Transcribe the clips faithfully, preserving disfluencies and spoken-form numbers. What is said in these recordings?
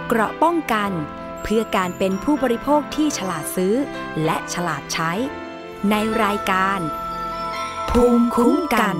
เกราะป้องกันเพื่อการเป็นผู้บริโภคที่ฉลาดซื้อและฉลาดใช้ในรายการภูมิคุ้มกัน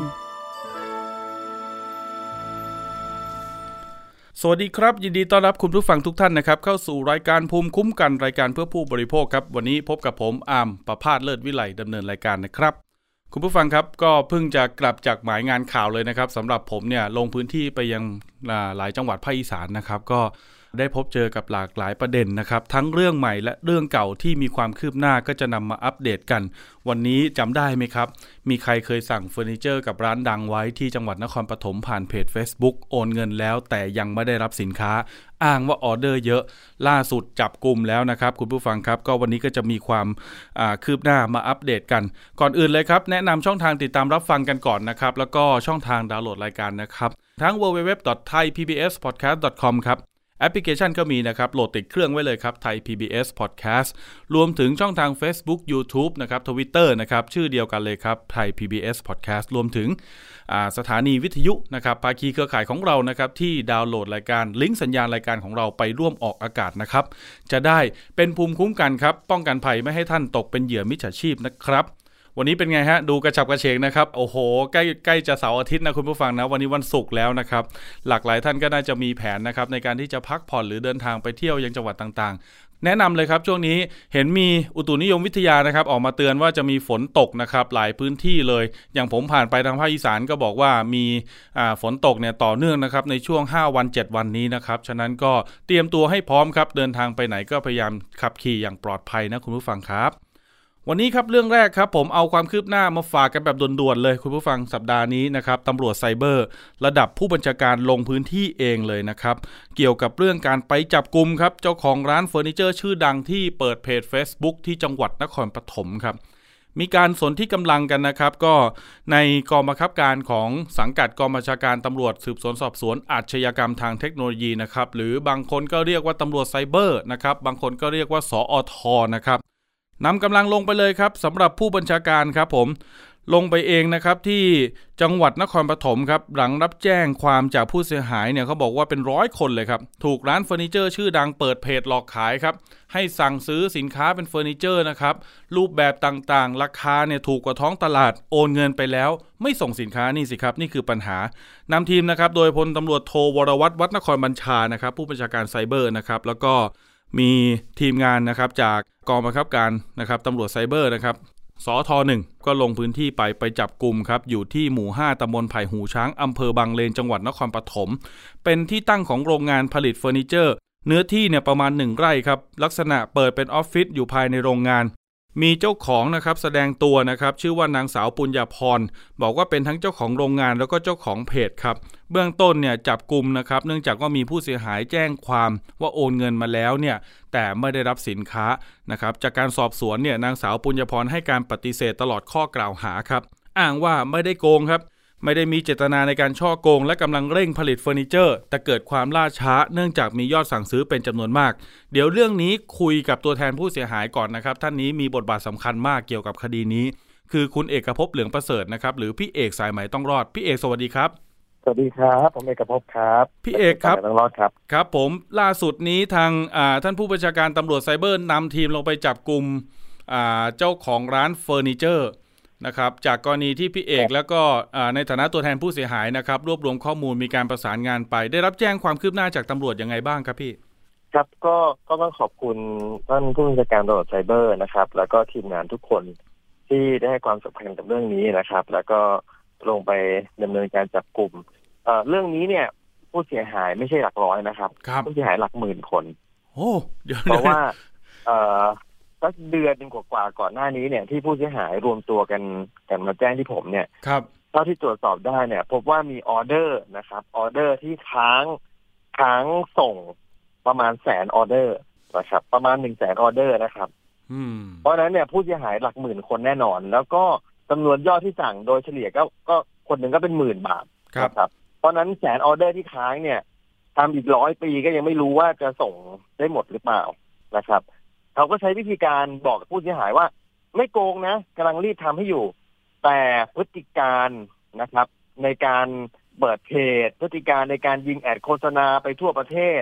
สวัสดีครับยินดีต้อนรับคุณผู้ฟังทุกท่านนะครับเข้าสู่รายการภูมิคุ้มกันรายการเพื่อผู้บริโภคครับวันนี้พบกับผมอาร์มประภาสเลิศวิไลดำเนินรายการนะครับคุณผู้ฟังครับก็เพิ่งจะกลับจากหมายงานข่าวเลยนะครับสำหรับผมเนี่ยลงพื้นที่ไปยังหลายจังหวัดภาคอีสานนะครับก็ได้พบเจอกับหลากหลายประเด็นนะครับทั้งเรื่องใหม่และเรื่องเก่าที่มีความคืบหน้าก็จะนำมาอัปเดตกันวันนี้จำได้ไหมครับมีใครเคยสั่งเฟอร์นิเจอร์กับร้านดังไว้ที่จังหวัดนครปฐมผ่านเพจ Facebook โอนเงินแล้วแต่ยังไม่ได้รับสินค้าอ้างว่าออเดอร์เยอะล่าสุดจับกุมแล้วนะครับคุณผู้ฟังครับก็วันนี้ก็จะมีความคืบหน้ามาอัปเดตกันก่อนอื่นเลยครับแนะนำช่องทางติดตามรับฟังกันก่อนนะครับแล้วก็ช่องทางดาวน์โหลดรายการนะครับทั้ง ดับเบิลยู ดับเบิลยู ดับเบิลยู ดอท ไทย พี บี เอส พอดแคสต์ ดอท คอม ครับแอปพลิเคชันก็มีนะครับโหลดติดเครื่องไว้เลยครับ Thai พี บี เอส Podcast รวมถึงช่องทาง Facebook YouTube นะครับ Twitter นะครับชื่อเดียวกันเลยครับ Thai พี บี เอส Podcast รวมถึงสถานีวิทยุนะครับภาคีเครือข่ายของเรานะครับที่ดาวน์โหลดรายการลิงก์สัญญาณรายการของเราไปร่วมออกอากาศนะครับจะได้เป็นภูมิคุ้มกันครับป้องกันภัยไม่ให้ท่านตกเป็นเหยื่อมิจฉาชีพนะครับวันนี้เป็นไงฮะดูกระฉับกระเฉงนะครับโอ้โหใกล้ใกล้จะเสาร์อาทิตย์นะคุณผู้ฟังนะวันนี้วันศุกร์แล้วนะครับหลากหลายท่านก็น่าจะมีแผนนะครับในการที่จะพักผ่อนหรือเดินทางไปเที่ยวยังจังหวัดต่างๆแนะนำเลยครับช่วงนี้เห็นมีอุตุนิยมวิทยานะครับออกมาเตือนว่าจะมีฝนตกนะครับหลายพื้นที่เลยอย่างผมผ่านไปทางภาคอีสานก็บอกว่ามีฝนตกเนี่ยต่อเนื่องนะครับในช่วงห้าวันเจ็ดวันนี้นะครับฉะนั้นก็เตรียมตัวให้พร้อมครับเดินทางไปไหนก็พยายามขับขี่อย่างปลอดภัยนะคุณผู้ฟังครับวันนี้ครับเรื่องแรกครับผมเอาความคืบหน้ามาฝากกันแบบด่วนๆเลยคุณผู้ฟังสัปดาห์นี้นะครับตำรวจไซเบอร์ระดับผู้บัญชาการลงพื้นที่เองเลยนะครับเกี่ยวกับเรื่องการไปจับกุมครับเจ้าของร้านเฟอร์นิเจอร์ชื่อดังที่เปิดเพจ Facebook ที่จังหวัดนครปฐมครับมีการสนที่กำลังกันนะครับก็ในกองบังคับการของสังกัดกองบัญชาการตำรวจสืบสวนสอบสวนอาชญากรรมทางเทคโนโลยีนะครับหรือบางคนก็เรียกว่าตำรวจไซเบอร์นะครับบางคนก็เรียกว่าสอทนะครับนำกำลังลงไปเลยครับสำหรับผู้บัญชาการครับผมลงไปเองนะครับที่จังหวัดนครปฐมครับหลังรับแจ้งความจากผู้เสียหายเนี่ยเขาบอกว่าเป็นร้อยคนเลยครับถูกร้านเฟอร์นิเจอร์ชื่อดังเปิดเพจหลอกขายครับให้สั่งซื้อสินค้าเป็นเฟอร์นิเจอร์นะครับรูปแบบต่างๆราคาเนี่ยถูกกว่าท้องตลาดโอนเงินไปแล้วไม่ส่งสินค้านี่สิครับนี่คือปัญหานำทีมนะครับโดยพลตำรวจโทวรวัฒน์วัฒนครบัญชานะครับผู้บัญชาการไซเบอร์นะครับแล้วก็มีทีมงานนะครับจากกองบังคับการนะครับตำรวจไซเบอร์นะครับสทหนึ่งก็ลงพื้นที่ไปไปจับกุมครับอยู่ที่หมู่ห้าตำบลไผ่หูช้างอำเภอบางเลนจังหวัดนครปฐมเป็นที่ตั้งของโรงงานผลิตเฟอร์นิเจอร์เนื้อที่เนี่ยประมาณหนึ่งไร่ครับลักษณะเปิดเป็นออฟฟิศอยู่ภายในโรงงานมีเจ้าของนะครับแสดงตัวนะครับชื่อว่านางสาวปุญญาพรบอกว่าเป็นทั้งเจ้าของโรงงานแล้วก็เจ้าของเพจครับเบื้องต้นเนี่ยจับกุมนะครับเนื่องจากว่ามีผู้เสียหายแจ้งความว่าโอนเงินมาแล้วเนี่ยแต่ไม่ได้รับสินค้านะครับจากการสอบสวนเนี่ยนางสาวปุญญาพรให้การปฏิเสธตลอดข้อกล่าวหาครับอ้างว่าไม่ได้โกงครับไม่ได้มีเจตนาในการฉ้อโกงและกำลังเร่งผลิตเฟอร์นิเจอร์แต่เกิดความล่าช้าเนื่องจากมียอดสั่งซื้อเป็นจำนวนมากเดี๋ยวเรื่องนี้คุยกับตัวแทนผู้เสียหายก่อนนะครับท่านนี้มีบทบาทสำคัญมากเกี่ยวกับคดีนี้คือคุณเอกภพเหลืองประเสริฐนะครับหรือพี่เอกสายไหมต้องรอดพี่เอกสวัสดีครับสวัสดีครับผมเอกภพครับพี่เอกครับต้องรอดครับครับผมล่าสุดนี้ทางท่านผู้บัญชาการตำรวจไซเบอร์นำทีมลงไปจับกุมเจ้าของร้านเฟอร์นิเจอร์นะครับจากกรณีที่พี่เอกแล้วก็ในฐานะตัวแทนผู้เสียหายนะครับรวบรวมข้อมูลมีการประสานงานไปได้รับแจ้งความคืบหน้าจากตำรวจยังไงบ้างครับพี่ครับก็ก็ต้องขอบคุณท่านผู้บัญชาการตำรวจไซเบอร์นะครับแล้วก็ทีมงานทุกคนที่ได้ให้ความสำคัญกับเรื่องนี้นะครับแล้วก็ลงไปดำเนินการจับกลุ่มเรื่องนี้เนี่ยผู้เสียหายไม่ใช่หลักร้อยนะครับผู้เสียหายหลักหมื่นคนโอ้เพราะว่าสักเดือนนึงกว่าๆก่อนหน้านี้เนี่ยที่ผู้เสียหายรวมตัวกันกันมาแจ้งที่ผมเนี่ยครับเท่าที่ตรวจสอบได้เนี่ยพบว่ามีออเดอร์นะครับออเดอร์ที่ค้างค้างส่งประมาณแสนออเดอร์นะครับประมาณหนึ่งแสนออเดอร์นะครับเพราะฉะนั้นเนี่ยผู้เสียหายหลักหมื่นคนแน่นอนแล้วก็จำนวนยอดที่สั่งโดยเฉลี่ยก็ก็คนหนึ่งก็เป็นหมื่นบาทครับเพราะนั้นแสนออเดอร์ที่ค้างเนี่ยทำอีกร้อยปีก็ยังไม่รู้ว่าจะส่งได้หมดหรือเปล่านะครับเขาก็ใช้วิธีการบอกผู้เสียหายว่าไม่โกงนะกำลังรีบทำให้อยู่แต่พฤติการนะครับในการเปิดเพจพฤติการในการยิงแอดโฆษณาไปทั่วประเทศ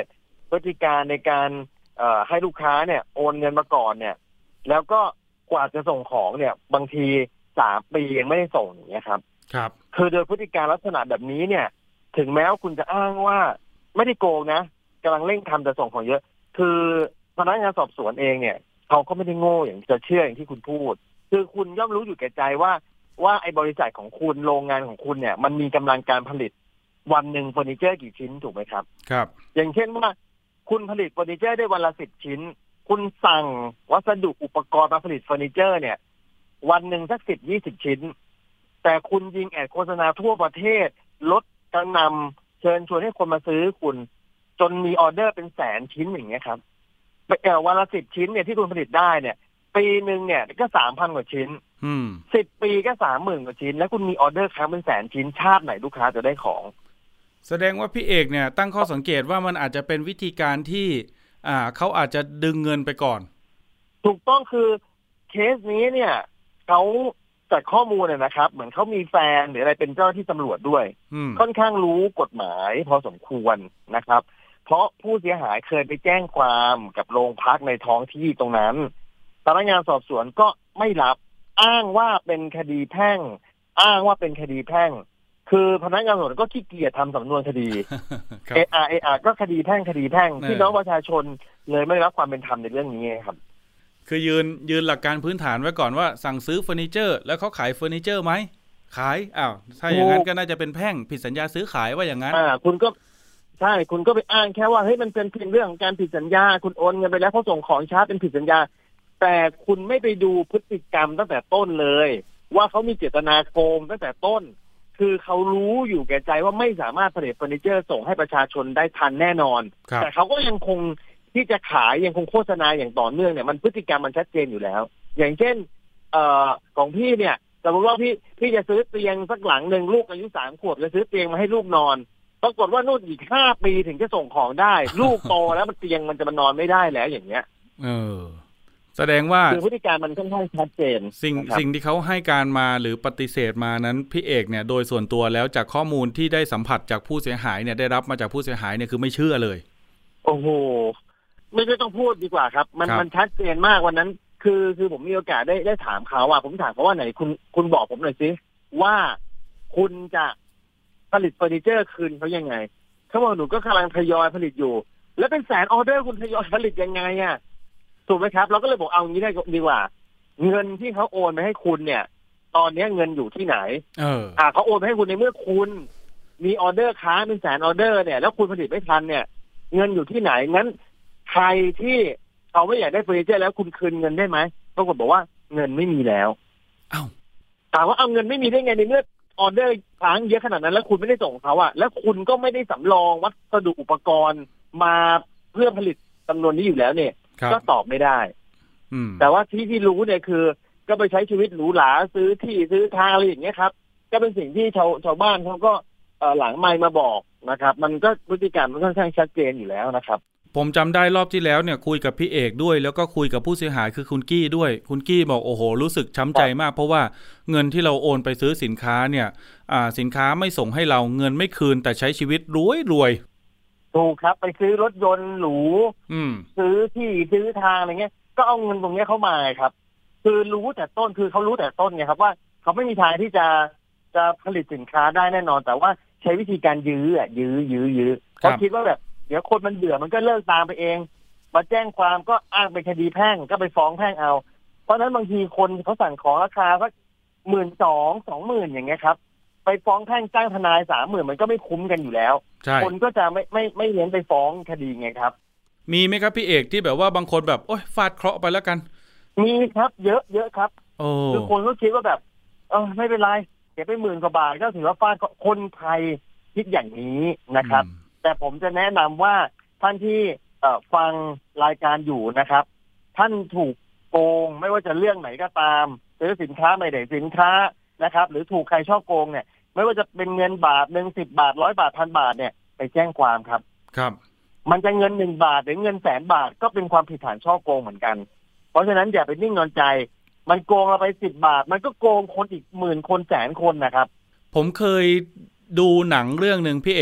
พฤติการในการเอ่อให้ลูกค้าเนี่ยโอนเงินมาก่อนเนี่ยแล้วก็กว่าจะส่งของเนี่ยบางทีสามปียังไม่ได้ส่งอย่างเงี้ยครับครับคือโดยพฤติการลักษณะแบบนี้เนี่ยถึงแม้ว่าคุณจะอ้างว่าไม่ได้โกงนะกำลังเร่งทำแต่ส่งของเยอะคือพนักงานสอบสวนเองเนี่ยเขาก็ไม่ได้โง่อย่างจะเชื่ออย่างที่คุณพูดคือคุณย่อมรู้อยู่แก่ใจว่าว่าไอ้บริษัทของคุณโรงงานของคุณเนี่ยมันมีกำลังการผลิตวันหนึ่งเฟอร์นิเจอร์กี่ชิ้นถูกไหมครับครับอย่างเช่นว่าคุณผลิตเฟอร์นิเจอร์ได้วันละสิบชิ้นคุณสั่งวัสดุอุปกรณ์มาผลิตเฟอร์นิเจอร์เนี่ยวันหนึ่งสักสิบยี่สิบชิ้นแต่คุณยิงแอดโฆษณาทั่วประเทศลดกระหน่ำเชิญชวนให้คนมาซื้อคุณจนมีออเดอร์เป็นแสนชิ้นอย่างเงี้ยครับเอ่อวันละสิบชิ้นเนี่ยที่คุณผลิตได้เนี่ยปีหนึ่งเนี่ยก็สามพันกว่าชิ้นสิบปีก็สามหมื่นกว่าชิ้นแล้วคุณมีออเดอร์ค้างเป็นแสนชิ้นชาติไหนลูกค้าจะได้ของแสดงว่าพี่เอกเนี่ยตั้งข้อสังเกตว่ามันอาจจะเป็นวิธีการที่อ่าเขาอาจจะดึงเงินไปก่อนถูกต้องคือเคสนี้เนี่ยเขาจากข้อมูลเนี่ยนะครับเหมือนเขามีแฟนหรืออะไรเป็นเจ้าหน้าที่ตำรวจด้วยค่อนข้างรู้กฎหมายพอสมควรนะครับเพราะผู้เสียหายเคยไปแจ้งความกับโรงพักในท้องที่ตรงนั้นพนักงานสอบสวนก็ไม่รับอ้างว่าเป็นคดีแพ่งอ้างว่าเป็นคดีแพ่งคือพนักงานสอบสวนก็ขี้เกียจทำสำนวนคดี เอ อาร์ เอ อาร์ ก็คดีแพ่งคดีแพ่งที่น้องประชาชนเลยไม่ได้รับความเป็นธรรมในเรื่องนี้ครับคือยืนยืนหลักการพื้นฐานไว้ก่อนว่าสั่งซื้อเฟอร์นิเจอร์แล้วเขาขายเฟอร์นิเจอร์ไหมขายอ้าวถ้าอย่างนั้นก็น่าจะเป็นแพ่งผิดสัญญาซื้อขายว่าอย่างนั้นอ่าคุณก็ใช่คุณก็ไปอ้างแค่ว่าเฮ้ยมันเป็นเพียงเรื่องของการผิดสัญญาคุณโอนเงินไปแล้วเขาส่งของช้าเป็นผิดสัญญาแต่คุณไม่ไปดูพฤติกรรมตั้งแต่ต้นเลยว่าเขามีเจตนาโกงตั้งแต่ต้นคือเขารู้อยู่แก่ใจว่าไม่สามารถผลิตเฟอร์นิเจอร์ส่งให้ประชาชนได้ทันแน่นอนแต่เขาก็ยังคงที่จะขายยังคงโฆษณาอย่างต่อเนื่องเนี่ยมันพฤติกรรมมันชัดเจนอยู่แล้วอย่างเช่นเอ่อของพี่เนี่ยสมมติว่าพี่พี่จะซื้อเตียงสักหลังหนึ่งลูกอายุสามขวบจะซื้อเตียงมาให้ลูกนอนปรากฏว่านู่นอีกห้าปีถึงจะส่งของได้ลูกโตแล้วมันเตียงมันจะมานอนไม่ได้แล้วอย่างเงี้ยเออแสดงว่าคือพฤติการมันค่อนข้างชัดเจนสิ่งสิ่งที่เขาให้การมาหรือปฏิเสธมานั้นพี่เอกเนี่ยโดยส่วนตัวแล้วจากข้อมูลที่ได้สัมผัสจากผู้เสียหายเนี่ยได้รับมาจากผู้เสียหายเนี่ยคือไม่เชื่อเลยโอ้โหไม่ได้ต้องพูดดีกว่าครับมันมันชัดเจนมากวันนั้นคือคือผมมีโอกาสได้ได้ถามเขาว่าผมถามเขาว่าไหนคุณคุณบอกผมหน่อยสิว่าคุณจะผลิตเฟอร์นิเจอร์คืนเขายังไงเขาบอกหนูก็กำลังทยอยผลิตอยู่แล้วเป็นแสนออเดอร์คุณทยอยผลิตยังไงอ่ะถูกไหมครับเราก็เลยบอกเอางี้ได้ดีกว่าเงินที่เขาโอนไปให้คุณเนี่ยตอนนี้เงินอยู่ที่ไหนเอออ่าเขาโอนไปให้คุณในเมื่อคุณมีออเดอร์ค้างเป็นแสนออเดอร์เนี่ยแล้วคุณผลิตไม่ทันเนี่ยเงินอยู่ที่ไหนงั้นใครที่เขาไม่อยากได้เฟอร์นิเจอร์แล้วคุณคืนเงินได้ไหมปรากฏบอกว่าเงินไม่มีแล้วอ้าวถามว่าเอาเงินไม่มีได้ไงในเมื่อออเดอร์ค้างเยอะขนาดนั้นแล้วคุณไม่ได้ส่งเขาอะแล้วคุณก็ไม่ได้สำรองวัสดุอุปกรณ์มาเพื่อผลิตจำนวนนี้อยู่แล้วเนี่ยก็ตอบไม่ได้แต่ว่าที่ที่รู้เนี่ยคือก็ไปใช้ชีวิตหรูหราซื้อที่ซื้อทางอะไรอย่างเงี้ยครับก็เป็นสิ่งที่ชาวชาวบ้านเขาก็หลังไมค์มาบอกนะครับมันก็พฤติกรรมมันค่อนข้างชัดเจนอยู่แล้วนะครับผมจำได้รอบที่แล้วเนี่ยคุยกับพี่เอกด้วยแล้วก็คุยกับผู้เสียหายคือคุณกี้ด้วยคุณกี้บอกโอ้โหรู้สึกช้ำใจมากเพราะว่าเงินที่เราโอนไปซื้อสินค้าเนี่ยอ่าสินค้าไม่ส่งให้เราเงินไม่คืนแต่ใช้ชีวิตรวยรวยถูกครับไปซื้อรถยนต์หรูซื้อที่ซื้อทางอะไรเงี้ยก็เอาเงินตรงนี้เข้ามาครับคือรู้แต่ต้นคือเขารู้แต่ต้นไงครับว่าเขาไม่มีทางที่จะจะผลิตสินค้าได้แน่นอนแต่ว่าใช้วิธีการยื้ออ่ะยื้อยื้อยื้อเขาคิดว่าแบบเดี๋ยวคนมันเบื่อมันก็เลิกตามไปเองมาแจ้งความก็อ้างเป็นคดีแพ่งก็ไปฟ้องแพ่งเอาเพราะฉะนั้นบางทีคนเขาสั่งของราคาก็หมื่นสองสองหมื่นอย่างเงี้ยครับไปฟ้องแพ่งจ้างทนายสามหมื่นมันก็ไม่คุ้มกันอยู่แล้วคนก็จะไม่ไม่ไม่เน้นไปฟ้องคดีไงครับมีไหมครับพี่เอกที่แบบว่าบางคนแบบโอ๊ยฟาดเคราะห์ไปแล้วกันมีครับเยอะเยอะครับคือคนก็คิดว่าแบบเออไม่เป็นไรเก็บไปหมื่นกว่าบาทก็ถือว่าฟาดคนไทยคิดอย่างนี้นะครับแต่ผมจะแนะนำว่าท่านที่ฟังรายการอยู่นะครับท่านถูกโกงไม่ว่าจะเรื่องไหนก็ตามซื้อสินค้าไม่ได้สินค้านะครับหรือถูกใครช่อโกงเนี่ยไม่ว่าจะเป็นเงินบาทหนึ่งสิบบาทร้อยบาทพันบาทเนี่ยไปแจ้งความครับครับมันจะเงินหนึ่งบาทหรือเงินแสนบาทก็เป็นความผิดฐานช่อโกงเหมือนกันเพราะฉะนั้นอย่าไปนิ่งนอนใจมันโกงเราไปสิบบาทมันก็โกงคนอีกหมื่นคนแสนคนนะครับผมเคยดูหนังเรื่องนึงพี่เอก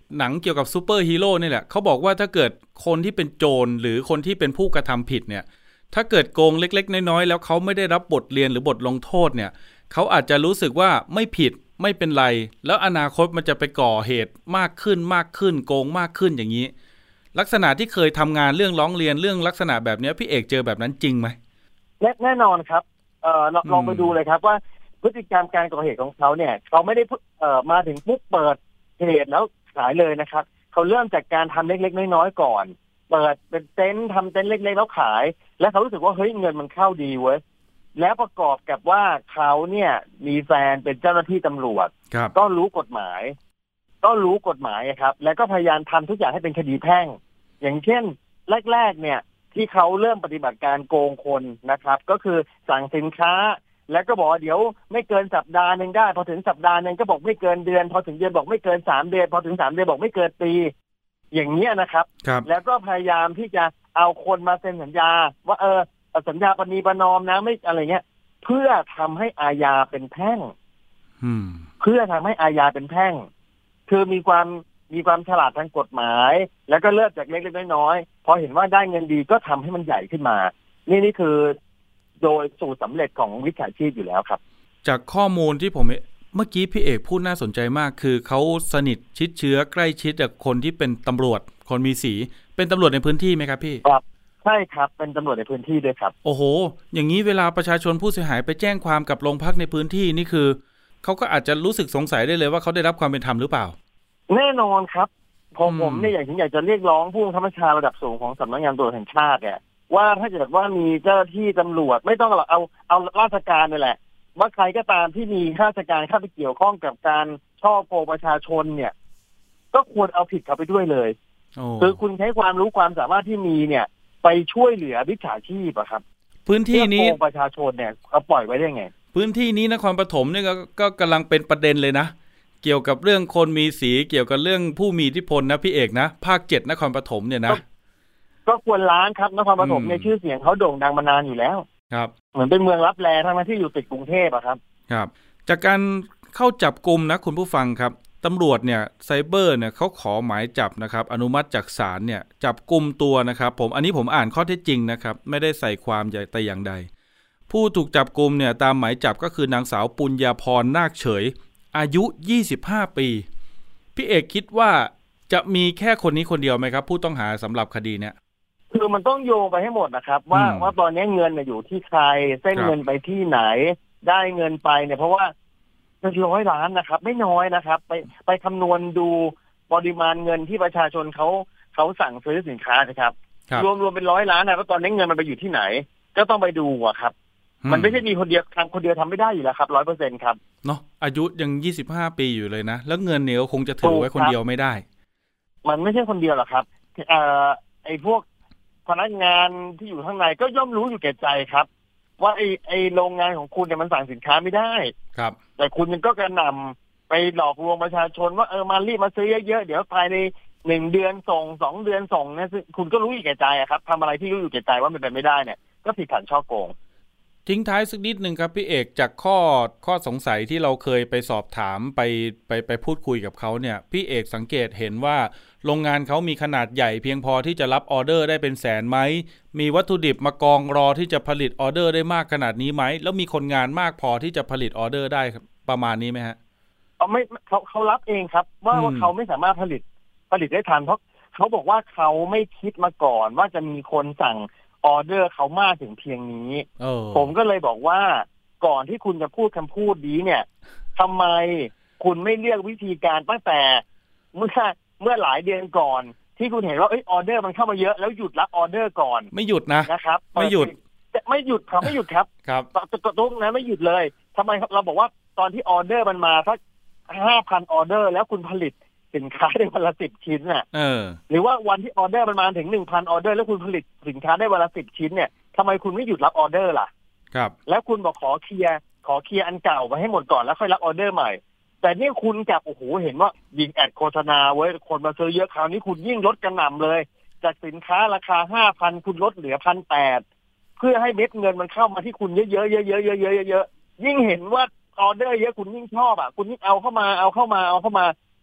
หนังเกี่ยวกับซูเปอร์ฮีโร่นี่แหละเขาบอกว่าถ้าเกิดคนที่เป็นโจรหรือคนที่เป็นผู้กระทำผิดเนี่ยถ้าเกิดโกงเล็กๆน้อยๆแล้วเขาไม่ได้รับบทเรียนหรือบทลงโทษเนี่ยเขาอาจจะรู้สึกว่าไม่ผิดไม่เป็นไรแล้วอนาคตมันจะไปก่อเหตุมากขึ้นมากขึ้นโกงมากขึ้นอย่างนี้ลักษณะที่เคยทำงานเรื่องร้องเรียนเรื่องลักษณะแบบนี้พี่เอกเจอแบบนั้นจริงไหมแน่นอนครับเอ่อลองไปดูเลยครับว่าพฤติกรรมการก่อเหตุของเขาเนี่ยเขาไม่ได้เอ่อมาถึงปุ๊บเปิดเหตุแล้วขายเลยนะครับเขาเริ่มจากการทำเล็กๆน้อยๆก่อนเปิดเป็นเต็นท์ทำเต็นท์เล็กๆแล้วขายแล้วเขารู้สึกว่าเฮ้ยเงินมันเข้าดีเว้ยแล้วประกอบกับว่าเขาเนี่ยมีแฟนเป็นเจ้าหน้าที่ตำรวจก็รู้กฎหมายก็รู้กฎหมายครับแล้วก็พยายามทำทุกอย่างให้เป็นคดีแพ่งอย่างเช่นแรกๆเนี่ยที่เขาเริ่มปฏิบัติการโกงคนนะครับก็คือสั่งสินค้าแล้วก็บอกเดี๋ยวไม่เกินสัปดาห์นึงได้พอถึงสัปดาห์นึงก็บอกไม่เกินเดือนพอถึงเดือนบอกไม่เกินสามเดือนพอถึงสามเดือนบอกไม่เกินปีอย่างเงี้ยนะครับแล้วก็พยายามที่จะเอาคนมาเซ็นสัญญาว่าเออสัญญาปณีประนอมนะไม่อะไรเงี้ยเพื่อทำให้อาญาเป็นแพ่งเพื่อทำให้อาญาเป็นแพ่งคือมีความมีความฉลาดทางกฎหมายแล้วก็เริ่มจากเล็กๆน้อยๆพอเห็นว่าได้เงินดีก็ทำให้มันใหญ่ขึ้นมานี่นี่คือโดยสูตรสำเร็จของวิชาชีพอยู่แล้วครับจากข้อมูลที่ผมเมื่อกี้พี่เอกพูดน่าสนใจมากคือเขาสนิทชิดเชื้อใกล้ชิดกับคนที่เป็นตำรวจคนมีสีเป็นตำรวจในพื้นที่ไหมครับพี่ครับใช่ครับเป็นตำรวจในพื้นที่ด้วยครับโอ้โหอย่างนี้เวลาประชาชนผู้เสียหายไปแจ้งความกับโรงพักในพื้นที่นี่คือเขาก็อาจจะรู้สึกสงสัยได้เลยว่าเขาได้รับความเป็นธรรมหรือเปล่าแน่นอนครับผมผมเนี่ยอย่างที่อยากจะเรียกร้องผู้บังคับบัญชาระดับสูงของสำนักงานตำรวจแห่งชาติเนี่ยว่าถ้าเกิดว่ามีเจ้าหน้าที่ตำรวจไม่ต้องหรอกเอาเอาราชการนี่แหละว่าใครก็ตามที่มีข้าราชการเข้าไปเกี่ยวข้องกับการช่อโกงประชาชนเนี่ยก็ควรเอาผิดเขาไปด้วยเลยคือคุณใช้ความรู้ความสามารถที่มีเนี่ยไปช่วยเหลือวิชาชีพอะครับพื้นที่นี้โกงประชาชนเนี่ยเขาปล่อยไว้ได้ไงพื้นที่นี้นครปฐมเนี่ยก็ก็กำลังเป็นประเด็นเลยนะเกี่ยวกับเรื่องคนมีสีเกี่ยวกับเรื่องผู้มีอิทธิพลนะพี่เอกนะภาคเจ็ดนครปฐมเนี่ยนะก็ควรล้างครับนครปฐมในชื่อเสียงเขาโด่งดังมานานอยู่แล้วครับเหมือนเป็นเมืองลับแลทั้งที่อยู่ติดกรุงเทพอะครับครับจากการเข้าจับกุมนะคุณผู้ฟังครับตำรวจเนี่ยไซเบอร์เนี่ยเขาขอหมายจับนะครับอนุมัติจากศาลเนี่ยจับกุมตัวนะครับผมอันนี้ผมอ่านข้อเท็จจริงนะครับไม่ได้ใส่ความใหญ่แต่อย่างใดผู้ถูกจับกุมเนี่ยตามหมายจับก็คือนางสาวปุญญาพรนาคเฉยอายุยี่สิบห้าปีพี่เอกคิดว่าจะมีแค่คนนี้คนเดียวไหมครับผู้ต้องหาสำหรับคดีเนี่ยคือมันต้องโยงไปให้หมดนะครับว่าว่าตอนนี้เงินอยู่ที่ใครเส้นเงินไปที่ไหนได้เงินไปเนี่ยเพราะว่าเป็นร้อยล้านนะครับไม่น้อยนะครับไปไปคำนวณดูปริมาณเงินที่ประชาชนเขาเขาสั่งซื้อสินค้านะครับรวมรวมเป็นร้อยล้านนะแล้วตอนนี้เงินมันไปอยู่ที่ไหนก็ต้องไปดูอะครับมันไม่ใช่มีคนเดียวทำคนเดียวทำไม่ได้อยู่แล้วครับร้อยเปอร์เซ็นต์ครับเนาะอายุยังยี่สิบห้าปีอยู่เลยนะแล้วเงินเนี่ยคงจะถือไว้คนเดียวไม่ได้มันไม่ใช่คนเดียวหรอกครับเอ่อไอ้พวกพนักงานที่อยู่ข้างในก็ย่อมรู้อยู่แก่ใจครับว่าไอ้ไอ้โรงงานของคุณเนี่ยมันสั่งสินค้าไม่ได้ครับแต่คุณมันก็กระหน่ำไปหลอกลวงประชาชนว่าเออมารีบมาซื้อเยอะๆเดี๋ยวภายในหนึ่งเดือนส่งสองเดือนส่งเนี่ยคุณก็รู้อยู่แก่ใจอะครับทำอะไรที่รู้อยู่แก่ใจว่ามันเป็นไม่ได้เนี่ยก็ผิดฐานฉ้อโกงทิ้งท้ายสักนิดนึงครับพี่เอกจากข้อข้อสงสัยที่เราเคยไปสอบถามไปไปไปพูดคุยกับเขาเนี่ยพี่เอกสังเกตเห็นว่าโรงงานเขามีขนาดใหญ่เพียงพอที่จะรับออเดอร์ได้เป็นแสนไหมมีวัตถุดิบมากองรอที่จะผลิตออเดอร์ได้มากขนาดนี้ไหมแล้วมีคนงานมากพอที่จะผลิตออเดอร์ได้ประมาณนี้ไหมฮะเอาไม่เขาเขารับเองครับว่าว่าเขาไม่สามารถผลิตผลิตได้ทันเพราะเขาบอกว่าเขาไม่คิดมาก่อนว่าจะมีคนสั่งออเดอร์เขามากถึงเพียงนี้ผมก็เลยบอกว่าก่อนที่คุณจะพูดคำพูดนี้เนี่ยทำไมคุณไม่เลือกวิธีการตั้งแต่เมื่อเมื่อหลายเดือนก่อนที่คุณเห็นว่าเอ้ยออเดอร์มันเข้ามาเยอะแล้วหยุดรับออเดอร์ก่อนไม่หยุดนะนะครับไม่หยุดไม่หยุดครับไม่หยุดครับครับตรงนั้นไม่หยุดเลยทำไมเราบอกว่าตอนที่ออเดอร์มันมาสักห้าพันออเดอร์แล้วคุณผลิตสินค้าได้วันละสิบชิ้นน่ะหรือว่าวันที่ออเดอร์มันมาถึง หนึ่งพัน ออเดอร์แล้วคุณผลิตสินค้าได้วันละสิบชิ้นเนี่ยทำไมคุณไม่หยุดรับออเดอร์ล่ะครับแล้วคุณบอกขอเคลียร์ขอเคลียร์อันเก่าไปให้หมดก่อนแล้วค่อยรับออเดอร์ใหม่แต่นี่คุณกลับโอ้โหเห็นว่ายิงแอดโฆษณาไว้คนมาซื้อเยอะคราวนี้คุณยิ่งลดกระหน่ำเลยจากสินค้าราคา ห้าพัน คุณลดเหลือ หนึ่งพันแปดร้อย เพื่อให้เม็ดเงินมันเข้ามาที่คุณเยอะๆเยอะๆเยอะๆเยอะๆยิ่งเห็นว่าออเดอร์เยอะคุณยิ่งชอบอ่ะคุณยิ่งเอาเข้ามาเอาเข้ามาเอาเข้ามา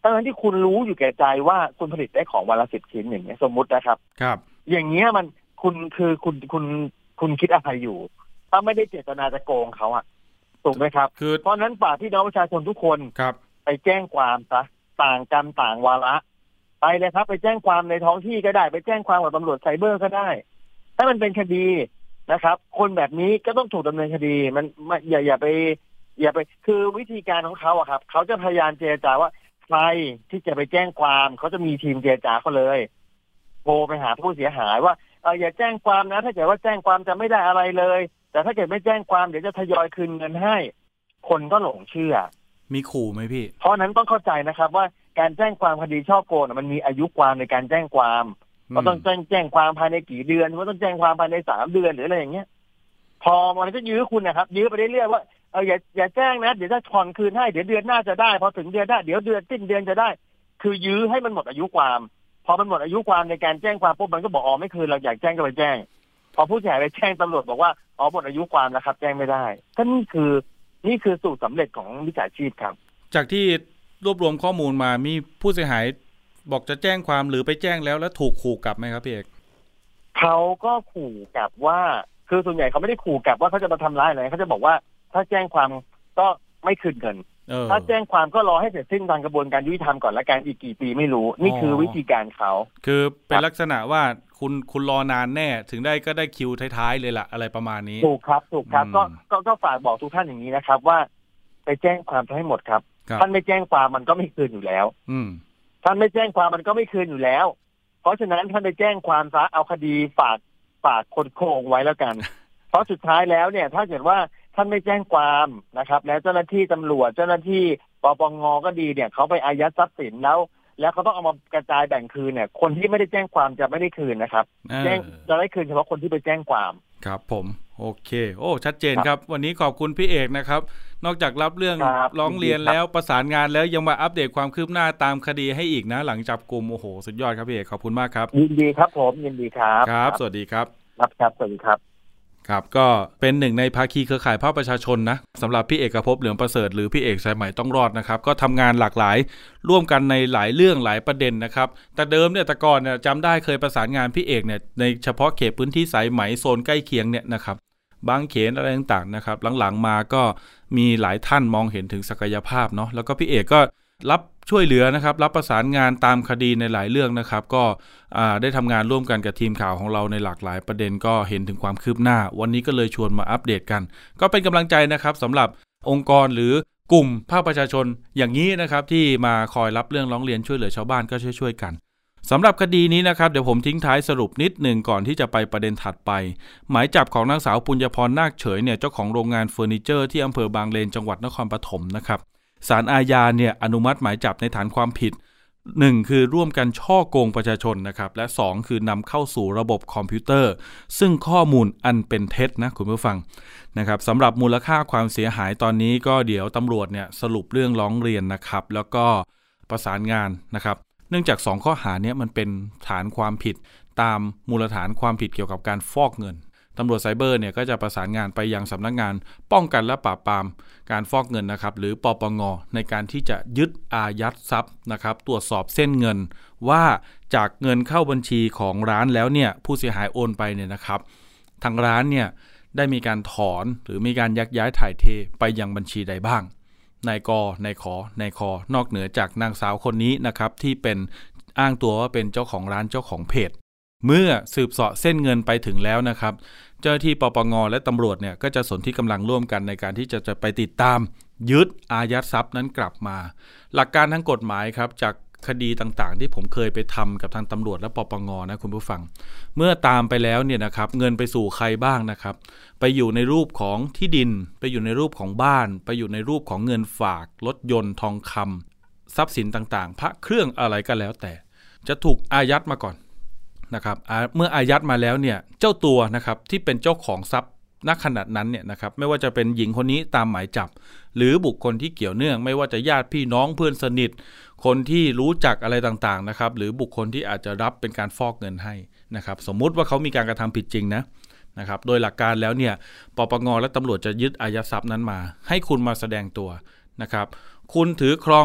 ทั้งที่คุณรู้อยู่แก่ใจว่าคุณผลิตได้ของวันละสิบชิ้นอย่างเงี้ยสมมุตินะครับครับอย่างเงี้ยมันคุณคือคุณคุณคุณคิดอะไรอยู่ถ้าไม่ได้เจตนาจะโกงเขาอะถูกไหมครับเพราะนั้นฝากพี่น้องประชาชนทุกคนไปแจ้งความซะต่างกรรมต่างวาระไปเลยครับไปแจ้งความในท้องที่ก็ได้ไปแจ้งความกับตำรวจไซเบอร์ก็ได้ถ้ามันเป็นคดีนะครับคนแบบนี้ก็ต้องถูกดำเนินคดีมันอย่าอย่าไปอย่าไปคือวิธีการของเขาอะครับเขาจะพยายามเจรจาว่าใครที่จะไปแจ้งความเขาจะมีทีมเจรจาเขาเลยโทรไปหาผู้เสียหายว่าเอออย่าแจ้งความนะถ้าเกิดว่าแจ้งความจะไม่ได้อะไรเลยแต่ถ้าเกิดไม่แจ้งความเดี๋ยวจะทยอยคืนเงินให้คนก็หลงเชื่อมีขู่ไหมพี่เพราะนั้นต้องเข้าใจนะครับว่าการแจ้งความคดีฉ้อโกงมันมีอายุความในการแจ้งความก็ต้องแจ้งแจ้งความภายในกี่เดือนก็ต้องแจ้งความภายในสามเดือนหรืออะไรอย่างเงี้ยพอมันก็ยื้อคุณนะครับยื้อไปเรื่อยๆว่าเอออย่าอย่าแจ้งนะเดี๋ยวจะผ่อนคืนให้เดี๋ยวเดือนหน้าจะได้พอถึงเดือนหน้าเดี๋ยวเดือนสิ้นเดือนจะได้คือยื้อให้มันหมดอายุความพอมันหมดอายุความในการแจ้งความปุ๊บมันก็บอกอ๋อไม่คืนเราอยากแจ้งก็ไปแจ้งพอผู้เสียหายไปแจ้งตำรวจบอกว่าอ๋อหมดอายุความแล้วครับแจ้งไม่ได้ก็นี่คือนี่คือสูตรสำเร็จของมิจฉาชีพครับจากที่รวบรวมข้อมูลมามีผู้เสียหายบอกจะแจ้งความหรือไปแจ้งแล้วแล้วถูกขู่กลับไหมครับพี่เอกเขาก็ขู่กลับว่าคือส่วนใหญ่เขาไม่ได้ขู่กลับว่าเขาจะมาทำร้ายอะไรเขาจะบอกว่าถ้าแจ้งความก็ไม่คืนเงินถ้าแจ้งความก็รอให้เสร็จสิ้นทางกระบวนการยุติธรรมก่อนละกันอีกกี่ปีไม่รู้นี่คือวิธีการเขาคือเป็นลักษณะว่าคุณคุณรอนานแน่ถึงได้ก็ได้คิวท้ายๆเลยล่ะอะไรประมาณนี้ถูกครับถูกครับก็ก็ก็ฝากบอกทุกท่านอย่างนี้นะครับว่าไปแจ้งความให้หมดครับท่านไม่แจ้งความมันก็ไม่คืนอยู่แล้วอืมท่านไม่แจ้งความมันก็ไม่คืนอยู่แล้วเพราะฉะนั้นท่านไปแจ้งความซะเอาคดีฝากฝากคนโกงไว้แล้วกันเพราะสุดท้ายแล้วเนี่ยถ้าเกิดว่าท่านไม่แจ้งความนะครับแล้วเจ้าหน้าที่ตำรวจเจ้าหน้าที่ปปงก็ดีเนี่ยเขาไปอายัดทรัพย์สินแล้วแล้วเขาต้องเอามากระจายแบ่งคืนเนี่ยคนที่ไม่ได้แจ้งความจะไม่ได้คืนนะครับแจ้งจะได้คืนเฉพาะคนที่ไปแจ้งความครับผมโอเคโอ้ชัดเจนครับวันนี้ขอบคุณพี่เอกนะครับนอกจากรับเรื่องร้องเรียนแล้วประสานงานแล้วยังมาอัปเดตความคืบหน้าตามคดีให้อีกนะหลังจับกุมโอ้โหสุดยอดครับพี่เอกขอบคุณมากครับยินดีครับผมยินดีครับครับสวัสดีครับครับครับสวัสดีครับครับก็เป็นหนึ่งในภาคีเครือข่ายภาคประชาชนนะสำหรับพี่เอกภพเหลืองประเสริฐหรือพี่เอกสายใหม่ต้องรอดนะครับก็ทำงานหลากหลายร่วมกันในหลายเรื่องหลายประเด็นนะครับแต่เดิมเนี่ยแต่ก่อนเนี่ยจำได้เคยประสานงานพี่เอกเนี่ยในเฉพาะเขตพื้นที่สายไหมโซนใกล้เคียงเนี่ยนะครับบางเขนอะไรต่างๆนะครับหลังๆมาก็มีหลายท่านมองเห็นถึงศักยภาพเนาะแล้วก็พี่เอกก็รับช่วยเหลือนะครับรับประสานงานตามคดีในหลายเรื่องนะครับก็ได้ทำงานร่วมกันกับทีมข่าวของเราในหลากหลายประเด็นก็เห็นถึงความคืบหน้าวันนี้ก็เลยชวนมาอัปเดตกันก็เป็นกำลังใจนะครับสำหรับองค์กรหรือกลุ่มภาคประชาชนอย่างนี้นะครับที่มาคอยรับเรื่องร้องเรียนช่วยเหลือชาวบ้านก็ช่วยๆกันสำหรับคดีนี้นะครับเดี๋ยวผมทิ้งท้ายสรุปนิดหนึ่งก่อนที่จะไปประเด็นถัดไปหมายจับของนางสาวปุญญพรนาคเฉยเนี่ยเจ้าของโรงงานเฟอร์นิเจอร์ที่อำเภอบางเลนจังหวัดนครปฐมนะครับศาลอาญาเนี่ยอนุมัติหมายจับในฐานความผิดหนึ่งคือร่วมกันฉ้อโกงประชาชนนะครับและสองคือนำเข้าสู่ระบบคอมพิวเตอร์ซึ่งข้อมูลอันเป็นเท็จนะคุณผู้ฟังนะครับสำหรับมูลค่าความเสียหายตอนนี้ก็เดี๋ยวตำรวจเนี่ยสรุปเรื่องร้องเรียนนะครับแล้วก็ประสานงานนะครับเนื่องจากสองข้อหานี้มันเป็นฐานความผิดตามมูลฐานความผิดเกี่ยวกับการฟอกเงินตำรวจไซเบอร์เนี่ยก็จะประสานงานไปยังสำนักงานป้องกันและปราบปรามการฟอกเงินนะครับหรือปปง.ในการที่จะยึดอายัดทรัพย์นะครับตรวจสอบเส้นเงินว่าจากเงินเข้าบัญชีของร้านแล้วเนี่ยผู้เสียหายโอนไปเนี่ยนะครับทางร้านเนี่ยได้มีการถอนหรือมีการยักย้ายถ่ายเทไปยังบัญชีใดบ้างนายกนายขอนายคอนอกเหนือจากนางสาวคนนี้นะครับที่เป็นอ้างตัวว่าเป็นเจ้าของร้านเจ้าของเพจเมื่อสืบเสาะเส้นเงินไปถึงแล้วนะครับเจ้าหน้าที่ปปง.และตำรวจเนี่ยก็จะสนที่กำลังร่วมกันในการที่จะจะไปติดตามยึดอายัดทรัพย์นั้นกลับมาหลักการทางกฎหมายครับจากคดีต่างๆที่ผมเคยไปทำกับทางตำรวจและปปง.นะคุณผู้ฟังเมื่อตามไปแล้วเนี่ยนะครับเงินไปสู่ใครบ้างนะครับไปอยู่ในรูปของที่ดินไปอยู่ในรูปของบ้านไปอยู่ในรูปของเงินฝากรถยนต์ทองคำทรัพย์สินต่างๆพระเครื่องอะไรก็แล้วแต่จะถูกอายัดมาก่อนนะครับเมื่ออายัดมาแล้วเนี่ยเจ้าตัวนะครับที่เป็นเจ้าของทรัพย์ณขณะนั้นเนี่ยนะครับไม่ว่าจะเป็นหญิงคนนี้ตามหมายจับหรือบุคคลที่เกี่ยวเนื่องไม่ว่าจะญาติพี่น้องเพื่อนสนิทคนที่รู้จักอะไรต่างๆนะครับหรือบุคคลที่อาจจะรับเป็นการฟอกเงินให้นะครับสมมุติว่าเขามีการกระทำผิดจริงนะนะครับโดยหลักการแล้วเนี่ยปปง.และตำรวจจะยึดอายัดทรัพย์นั้นมาให้คุณมาแสดงตัวนะครับคุณถือครอง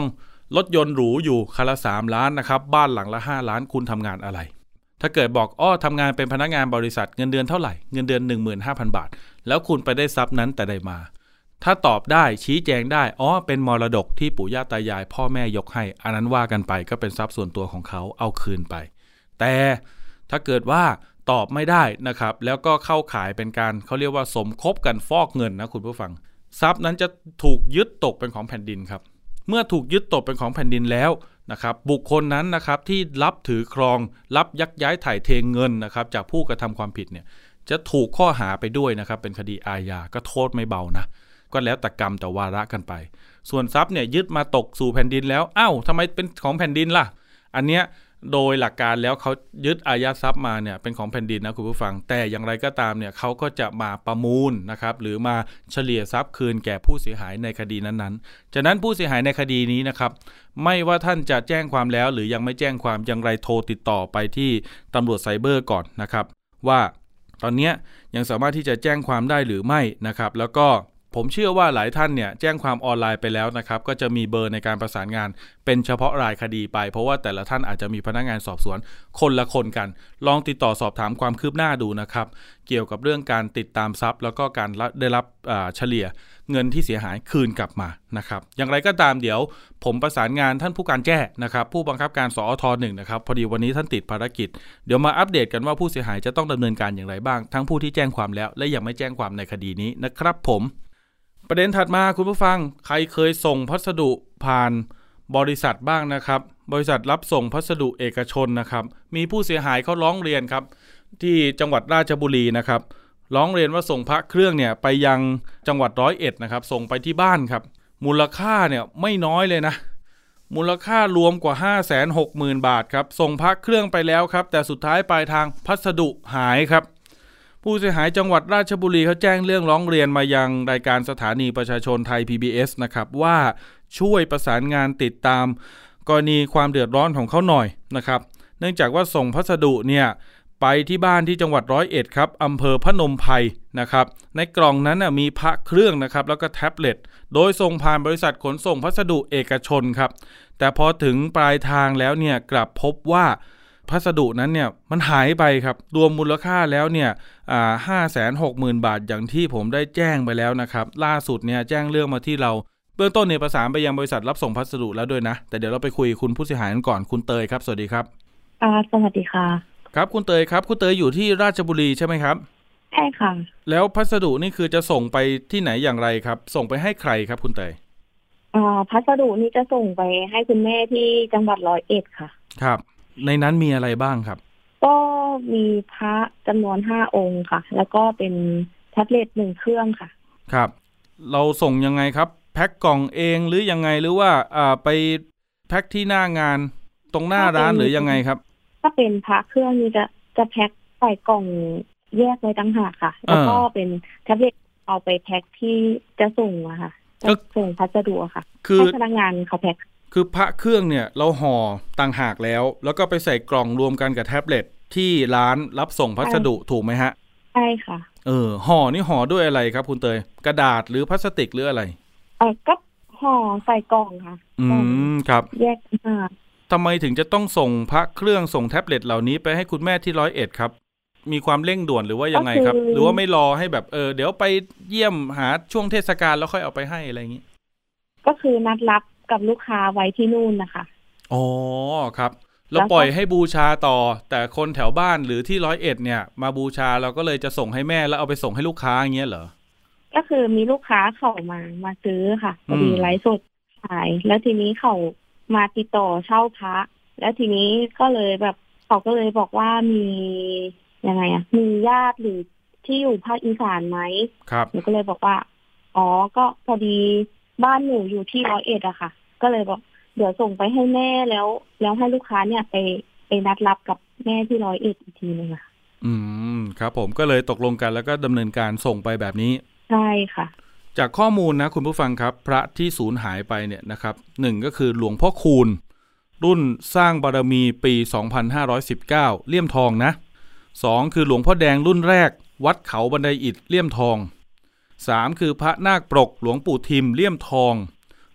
รถยนต์หรูอยู่คันละสามล้านนะครับบ้านหลังละห้าล้านคุณทำงานอะไรถ้าเกิดบอกอ้อทำงานเป็นพนักงานบริษัทเงินเดือนเท่าไหร่เงินเดือน หนึ่งหมื่นห้าพัน บาทแล้วคุณไปได้ทรัพย์นั้นแต่ใดมาถ้าตอบได้ชี้แจงได้อ๋อเป็นมรดกที่ปู่ย่าตายายพ่อแม่ยกให้อันนั้นว่ากันไปก็เป็นทรัพย์ส่วนตัวของเขาเอาคืนไปแต่ถ้าเกิดว่าตอบไม่ได้นะครับแล้วก็เข้าข่ายเป็นการเขาเรียกว่าสมคบกันฟอกเงินนะคุณผู้ฟังทรัพย์นั้นจะถูกยึดตกเป็นของแผ่นดินครับเมื่อถูกยึดตกเป็นของแผ่นดินแล้วนะครับบุคคลนั้นนะครับที่รับถือครองรับยักย้ายถ่ายเทเงินนะครับจากผู้กระทำความผิดเนี่ยจะถูกข้อหาไปด้วยนะครับเป็นคดีอาญาก็โทษไม่เบานะก็แล้วแต่กรรมแต่วาระกันไปส่วนทรัพย์เนี่ยยึดมาตกสู่แผ่นดินแล้วอ้าวทำไมเป็นของแผ่นดินล่ะอันเนี้ยโดยหลักการแล้วเขายึดอายัดทรัพย์มาเนี่ยเป็นของแผ่นดินนะคุณผู้ฟังแต่อย่างไรก็ตามเนี่ยเขาก็จะมาประมูลนะครับหรือมาเฉลี่ยทรัพย์คืนแก่ผู้เสียหายในคดีนั้นๆฉะนั้นผู้เสียหายในคดีนี้นะครับไม่ว่าท่านจะแจ้งความแล้วหรือยังไม่แจ้งความอย่างไรโทรติดต่อไปที่ตำรวจไซเบอร์ก่อนนะครับว่าตอนนี้ยังสามารถที่จะแจ้งความได้หรือไม่นะครับแล้วก็ผมเชื่อว่าหลายท่านเนี่ยแจ้งความออนไลน์ไปแล้วนะครับก็จะมีเบอร์ในการประสานงานเป็นเฉพาะรายคดีไปเพราะว่าแต่ละท่านอาจจะมีพนักงานสอบสวนคนละคนกันลองติดต่อสอบถามความคืบหน้าดูนะครับเกี่ยวกับเรื่องการติดตามทรัพย์แล้วก็การได้รับเฉลี่ยเงินที่เสียหายคืนกลับมานะครับอย่างไรก็ตามเดี๋ยวผมประสานงานท่านผู้การแจ้นะครับผู้บังคับการสอทหนึ่งนะครับพอดีวันนี้ท่านติดภารกิจเดี๋ยวมาอัปเดตกันว่าผู้เสียหายจะต้องดำเนินการอย่างไรบ้างทั้งผู้ที่แจ้งความแล้วและยังไม่แจ้งความในคดีนี้นะครับผมประเด็นถัดมาคุณผู้ฟังใครเคยส่งพัสดุผ่านบริษัทบ้างนะครับบริษัทรับส่งพัสดุเอกชนนะครับมีผู้เสียหายเขาร้องเรียนครับที่จังหวัดราชบุรีนะครับร้องเรียนว่าส่งพระเครื่องเนี่ยไปยังจังหวัดร้อยเอ็ดนะครับส่งไปที่บ้านครับมูลค่าเนี่ยไม่น้อยเลยนะมูลค่ารวมกว่า ห้าแสนหกหมื่น บาทครับส่งพระเครื่องไปแล้วครับแต่สุดท้ายปลายทางพัสดุหายครับผู้เสียหายจังหวัดราชบุรีเขาแจ้งเรื่องร้องเรียนมายังรายการสถานีประชาชนไทย พี บี เอส นะครับว่าช่วยประสานงานติดตามกรณีความเดือดร้อนของเขาหน่อยนะครับเนื่องจากว่าส่งพัสดุเนี่ยไปที่บ้านที่จังหวัดร้อยเอ็ดครับอำเภอพนมไพรนะครับในกล่องนั้นนะมีพระเครื่องนะครับแล้วก็แท็บเล็ตโดยส่งผ่านบริษัทขนส่งพัสดุเอกชนครับแต่พอถึงปลายทางแล้วเนี่ยกลับพบว่าพัสดุนั้นเนี่ยมันหายไปครับรวมมูลค่าแล้วเนี่ยอ่า ห้าแสนหกหมื่น บาทอย่างที่ผมได้แจ้งไปแล้วนะครับล่าสุดเนี่ยแจ้งเรื่องมาที่เราเบื้องต้นเนี่ยประสานไปยังบริษัทรับส่งพัสดุแล้วด้วยนะแต่เดี๋ยวเราไปคุยคุณผู้เสียหายกันก่อนคุณเตยครับสวัสดีครับอ่าสวัสดีค่ะครับคุณเตยครับคุณเตยอยู่ที่ราชบุรีใช่ไหมครับใช่ค่ะแล้วพัสดุนี่คือจะส่งไปที่ไหนอย่างไรครับส่งไปให้ใครครับคุณเตยอ่าพัสดุนี่จะส่งไปให้คุณแม่ที่จังหวัดร้อยเอ็ดค่ะครับในนั้นมีอะไรบ้างครับก็มีพระจำนวนห้าองค์ค่ะแล้วก็เป็นแท็บเล็ตหนึ่งเครื่องค่ะครับเราส่งยังไงครับแพ็คกล่องเองหรือยังไงหรือว่าอ่าไปแพ็คที่หน้างานตรงหน้าร้านหรือยังไงครับถ้าเป็นพระเครื่องนี่จะจะแพ็คใส่กล่องแยกไว้ต่างหากค่ะแล้วก็เป็นแท็บเล็ตเอาไปแพ็คที่จะส่งอะค่ะจะส่งพัสดุค่ะให้พนักงานเขาแพ็คคือพระเครื่องเนี่ยเราห่อต่างหากแล้วแล้วก็ไปใส่กล่องรวมกันกับแท็บเล็ตที่ร้านรับส่งพัสดุถูกไหมฮะใช่ค่ะเออห่อนี่ห่อด้วยอะไรครับคุณเตยกระดาษหรือพลาสติกหรืออะไรเออก็ห่อใส่กล่องค่ะอืมครับแยกต่างหากทำไมถึงจะต้องส่งพระเครื่องส่งแท็บเล็ตเหล่านี้ไปให้คุณแม่ที่ร้อยเอ็ดครับมีความเร่งด่วนหรือว่ายังไงครับหรือว่าไม่รอให้แบบเออเดี๋ยวไปเยี่ยมหาช่วงเทศกาลแล้วค่อยเอาไปให้อะไรอย่างนี้ก็คือนัดรับกับลูกค้าไว้ที่นู่นนะคะอ๋อครับแล้วปล่อยให้บูชาต่อแต่คนแถวบ้านหรือที่ร้อยเอ็ดเนี่ยมาบูชาเราก็เลยจะส่งให้แม่แล้วเอาไปส่งให้ลูกค้าอย่างเงี้ยเหรอก็คือมีลูกค้าเข้ามามาซื้อค่ะพอดีไลฟ์สดขายแล้วทีนี้เขามาติดต่อเช่าพระแล้วทีนี้ก็เลยแบบเขาก็เลยบอกว่ามียังไงอะมีญาติหรือที่อยู่ภาคอีสานไหมครับหนูก็เลยบอกว่าอ๋อก็พอดีบ้านหนูอยู่ที่ร้อยเอ็ดอะค่ะก็เลยบอกเดี๋ยวส่งไปให้แม่แล้วแล้วให้ลูกค้าเนี่ยไปไปนัดรับกับแม่ที่ร้อยเอ็ดอีกทีนึงค่ะอืมครับผมก็เลยตกลงกันแล้วก็ดำเนินการส่งไปแบบนี้ใช่ค่ะจากข้อมูลนะคุณผู้ฟังครับพระที่สูญหายไปเนี่ยนะครับหนึ่งก็คือหลวงพ่อคูณรุ่นสร้างบารมีปีสองพันห้าร้อยสิบเก้าเลี่ยมทองนะสองคือหลวงพ่อแดงรุ่นแรกวัดเขาบันไดอิฐเลี่ยมทองสามคือพระนาคปรกหลวงปู่ทิมเลี่ยมทอง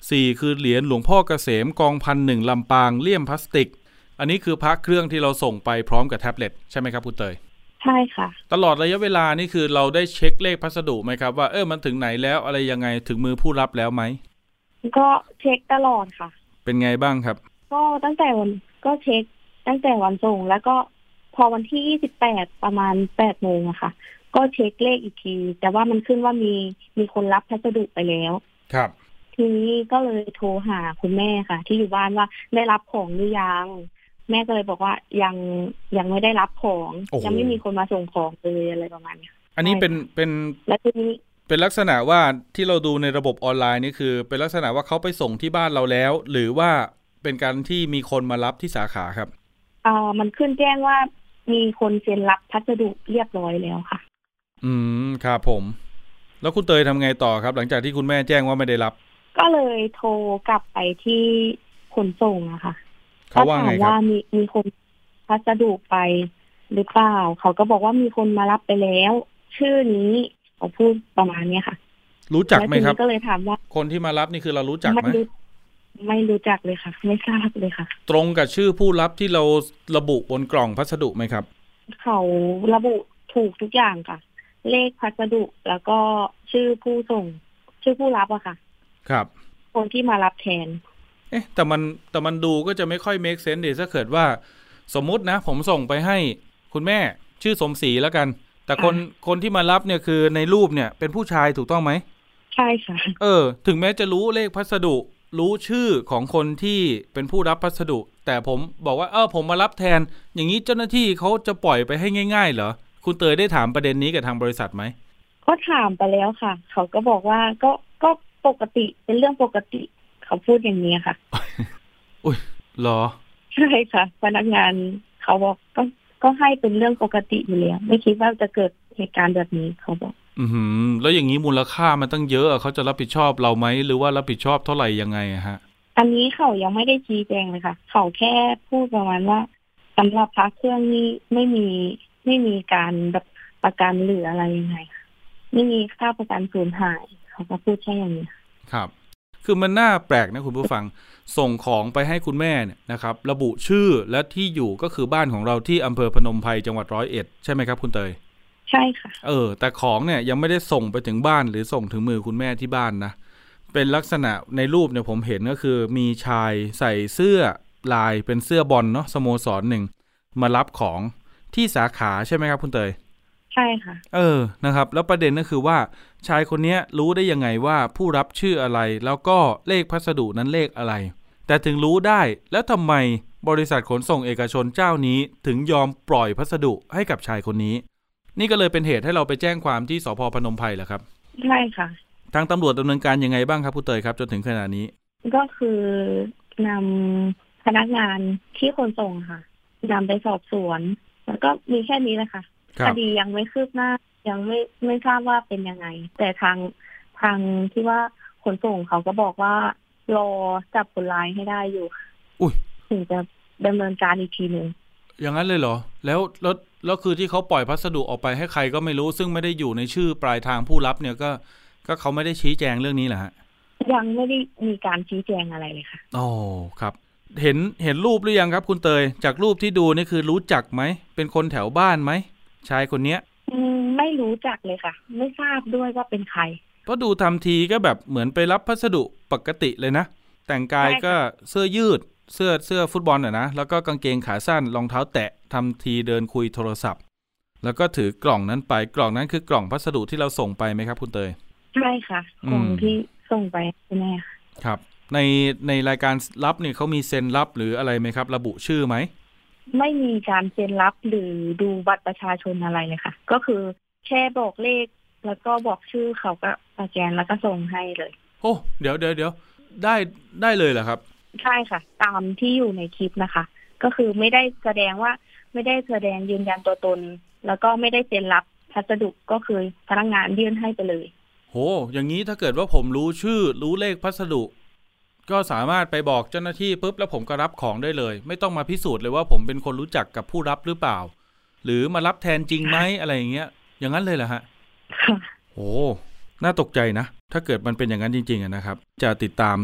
สี่คือเหรียญหลวงพ่อเกษมกองพันหนึ่งลำปางเลี่ยมพลาสติกอันนี้คือพระเครื่องที่เราส่งไปพร้อมกับแท็บเล็ตใช่ไหมครับคุณเตยใช่ค่ะตลอดระยะเวลานี่คือเราได้เช็คเลขพัสดุไหมครับว่าเออมันถึงไหนแล้วอะไรยังไงถึงมือผู้รับแล้วไหมก็เช็คตลอดค่ะเป็นไงบ้างครับก็ตั้งแต่วันก็เช็คตั้งแต่วันส่งแล้วก็พอวันที่ยี่สิบแปดประมาณแปดโมงอะค่ะก็เช็คเลขอีกทีแต่ว่ามันขึ้นว่ามีมีคนรับพัสดุไปแล้วครับทีนี้ก็เลยโทรหาคุณแม่ค่ะที่อยู่บ้านว่าได้รับของหรือยังแม่ก็เลยบอกว่ายังยังไม่ได้รับของยังไม่มีคนมาส่งของเลยอะไรประมาณนี้อันนี้เป็นเป็นและทีนี้เป็นลักษณะว่าที่เราดูในระบบออนไลน์นี่คือเป็นลักษณะว่าเขาไปส่งที่บ้านเราแล้วหรือว่าเป็นการที่มีคนมารับที่สาขาครับอ่ามันขึ้นแจ้งว่ามีคนเซ็นรับพัสดุเรียบร้อยแล้วค่ะอืมครับผมแล้วคุณเตยทำไงต่อครับหลังจากที่คุณแม่แจ้งว่าไม่ได้รับก็เลยโทรกลับไปที่ขนส่งอะค่ะเขาว่าไงครับว่ามีมีคนพัสดุไปหรือเปล่าเขาก็บอกว่ามีคนมารับไปแล้วชื่อนี้เขาพูดประมาณนี้ค่ะรู้จักไหมครับก็เลยถามว่าคนที่มารับนี่คือเรารู้จักไหมไม่รู้จักเลยค่ะไม่ทราบเลยค่ะตรงกับชื่อผู้รับที่เราระบุบนกล่องพัสดุไหมครับเขาระบุถูกทุกอย่างค่ะเลขพัสดุแล้วก็ชื่อผู้ส่งชื่อผู้รับอะค่ะครับคนที่มารับแทนเอ๊ะแต่มันแต่มันดูก็จะไม่ค่อย make sense ดิถ้าเกิดว่าสมมุตินะผมส่งไปให้คุณแม่ชื่อสมศรีแล้วกันแต่คนคนที่มารับเนี่ยคือในรูปเนี่ยเป็นผู้ชายถูกต้องไหมใช่ค่ะเออถึงแม้จะรู้เลขพัสดุรู้ชื่อของคนที่เป็นผู้รับพัสดุแต่ผมบอกว่าเออผมมารับแทนอย่างนี้เจ้าหน้าที่เขาจะปล่อยไปให้ง่ายๆเหรอคุณเตยได้ถามประเด็นนี้กับทางบริษัทไหมก็ถามไปแล้วค่ะเขาก็บอกว่าก็ก็ปกติเป็นเรื่องปกติเขาพูดอย่างนี้ค่ะอุ้ยเหรอใช่ค่ะพนักงานเขาบอกก็ก็ให้เป็นเรื่องปกติอยู่แล้วไม่คิดว่าจะเกิดเหตุการณ์แบบนี้เขาบอกอือหือแล้วอย่างนี้มูลค่ามันตั้งเยอะเขาจะรับผิดชอบเราไหมหรือว่ารับผิดชอบเท่าไหร่ยังไงฮะอันนี้เขายังไม่ได้ชี้แจงเลยค่ะเขาแค่พูดประมาณว่าสำหรับพระเครื่องนี้ไม่มีไม่มีการแบบประกันหรืออะไรยังไงไม่มีค่าประกันสูญหายเขาก็พูดแค่อย่างนี้ครับคือมันน่าแปลกนะคุณผู้ฟังส่งของไปให้คุณแม่เนี่ยนะครับระบุชื่อและที่อยู่ก็คือบ้านของเราที่อำเภอพนมไพรจังหวัดร้อยเอ็ดใช่ไหมครับคุณเตยใช่ค่ะเออแต่ของเนี่ยยังไม่ได้ส่งไปถึงบ้านหรือส่งถึงมือคุณแม่ที่บ้านนะเป็นลักษณะในรูปเนี่ยผมเห็นก็คือมีชายใส่เสื้อลายเป็นเสื้อบอลเนาะสโมสรหนึ่งมารับของที่สาขาใช่ไหมครับคุณเตยใช่ค่ะเออนะครับแล้วประเด็นก็คือว่าชายคนนี้รู้ได้ยังไงว่าผู้รับชื่ออะไรแล้วก็เลขพัสดุนั้นเลขอะไรแต่ถึงรู้ได้แล้วทำไมบริษัทขนส่งเอกชนเจ้านี้ถึงยอมปล่อยพัสดุให้กับชายคนนี้นี่ก็เลยเป็นเหตุให้เราไปแจ้งความที่สภ.พนมไพรเหรอครับใช่ค่ะทางตำรวจดำเนินการยังไงบ้างครับผู้เตยครับจนถึงขณะนี้ก็คือนำพนักงานที่ขนส่งค่ะนำไปสอบสวนแล้วก็มีแค่นี้เลยค่ะคดียังไม่คืบหน้ายังไม่ไม่ทราบว่าเป็นยังไงแต่ทางทางที่ว่าขนส่งเขาก็บอกว่ารอจับคนร้ายให้ได้อยู่อุ้ยถึงจะดำเนินการอีกทีนึงอย่างนั้นเลยเหรอแล้วแล้วแล้วคือที่เขาปล่อยพัสดุออกไปให้ใครก็ไม่รู้ซึ่งไม่ได้อยู่ในชื่อปลายทางผู้รับเนี่ยก็ก็เขาไม่ได้ชี้แจงเรื่องนี้เหรอฮะยังไม่ได้มีการชี้แจงอะไรเลยค่ะอ๋อครับเห็นเห็นรูปหรือยังครับคุณเตยจากรูปที่ดูนี่คือรู้จักไหมเป็นคนแถวบ้านไหมชายคนเนี้ยอืมไม่รู้จักเลยค่ะไม่ทราบด้วยว่าเป็นใครเพราะดูทำทีก็แบบเหมือนไปรับพัสดุปกติเลยนะแต่งกายก็เสื้อยืดเสื้อเสื้อฟุตบอลอ่ะนะแล้วก็กางเกงขาสั้นรองเท้าแตะทำทีเดินคุยโทรศัพท์แล้วก็ถือกล่องนั้นไปกล่องนั้นคือกล่องพัสดุที่เราส่งไปไหมครับคุณเตยใช่ค่ะกล่องที่ส่งไปใช่ไหมครับในในรายการรับเนี่ยเขามีเซ็นรับหรืออะไรไหมครับระบุชื่อไหมไม่มีการเซ็นรับหรือดูบัตรประชาชนอะไรเลยค่ะก็คือแค่บอกเลขแล้วก็บอกชื่อเขาก็สแกนแล้วก็ส่งให้เลยโอ้เดี๋ยวเดี๋ยวเดี๋ยวได้ได้เลยเหรอครับใช่ค่ะตามที่อยู่ในคลิปนะคะก็คือไม่ได้แสดงว่าไม่ได้แสดงยืนยันตัวตนแล้วก็ไม่ได้เซ็นรับพัสดุก็คือพนักงานยื่นให้ไปเลยโหอย่างนี้ถ้าเกิดว่าผมรู้ชื่อรู้เลขพัสดุก็สามารถไปบอกเจ้าหน้าที่ปุ๊บแล้วผมก็รับของได้เลยไม่ต้องมาพิสูจน์เลยว่าผมเป็นคนรู้จักกับผู้รับหรือเปล่าหรือมารับแทนจริงไหมอะไรอย่างเงี้ยอย่างนั้นเลยเหรอฮะโอ้น่าตกใจนะถ้าเกิดมันเป็นอย่างนั้นจริงๆนะครับจะติดตาม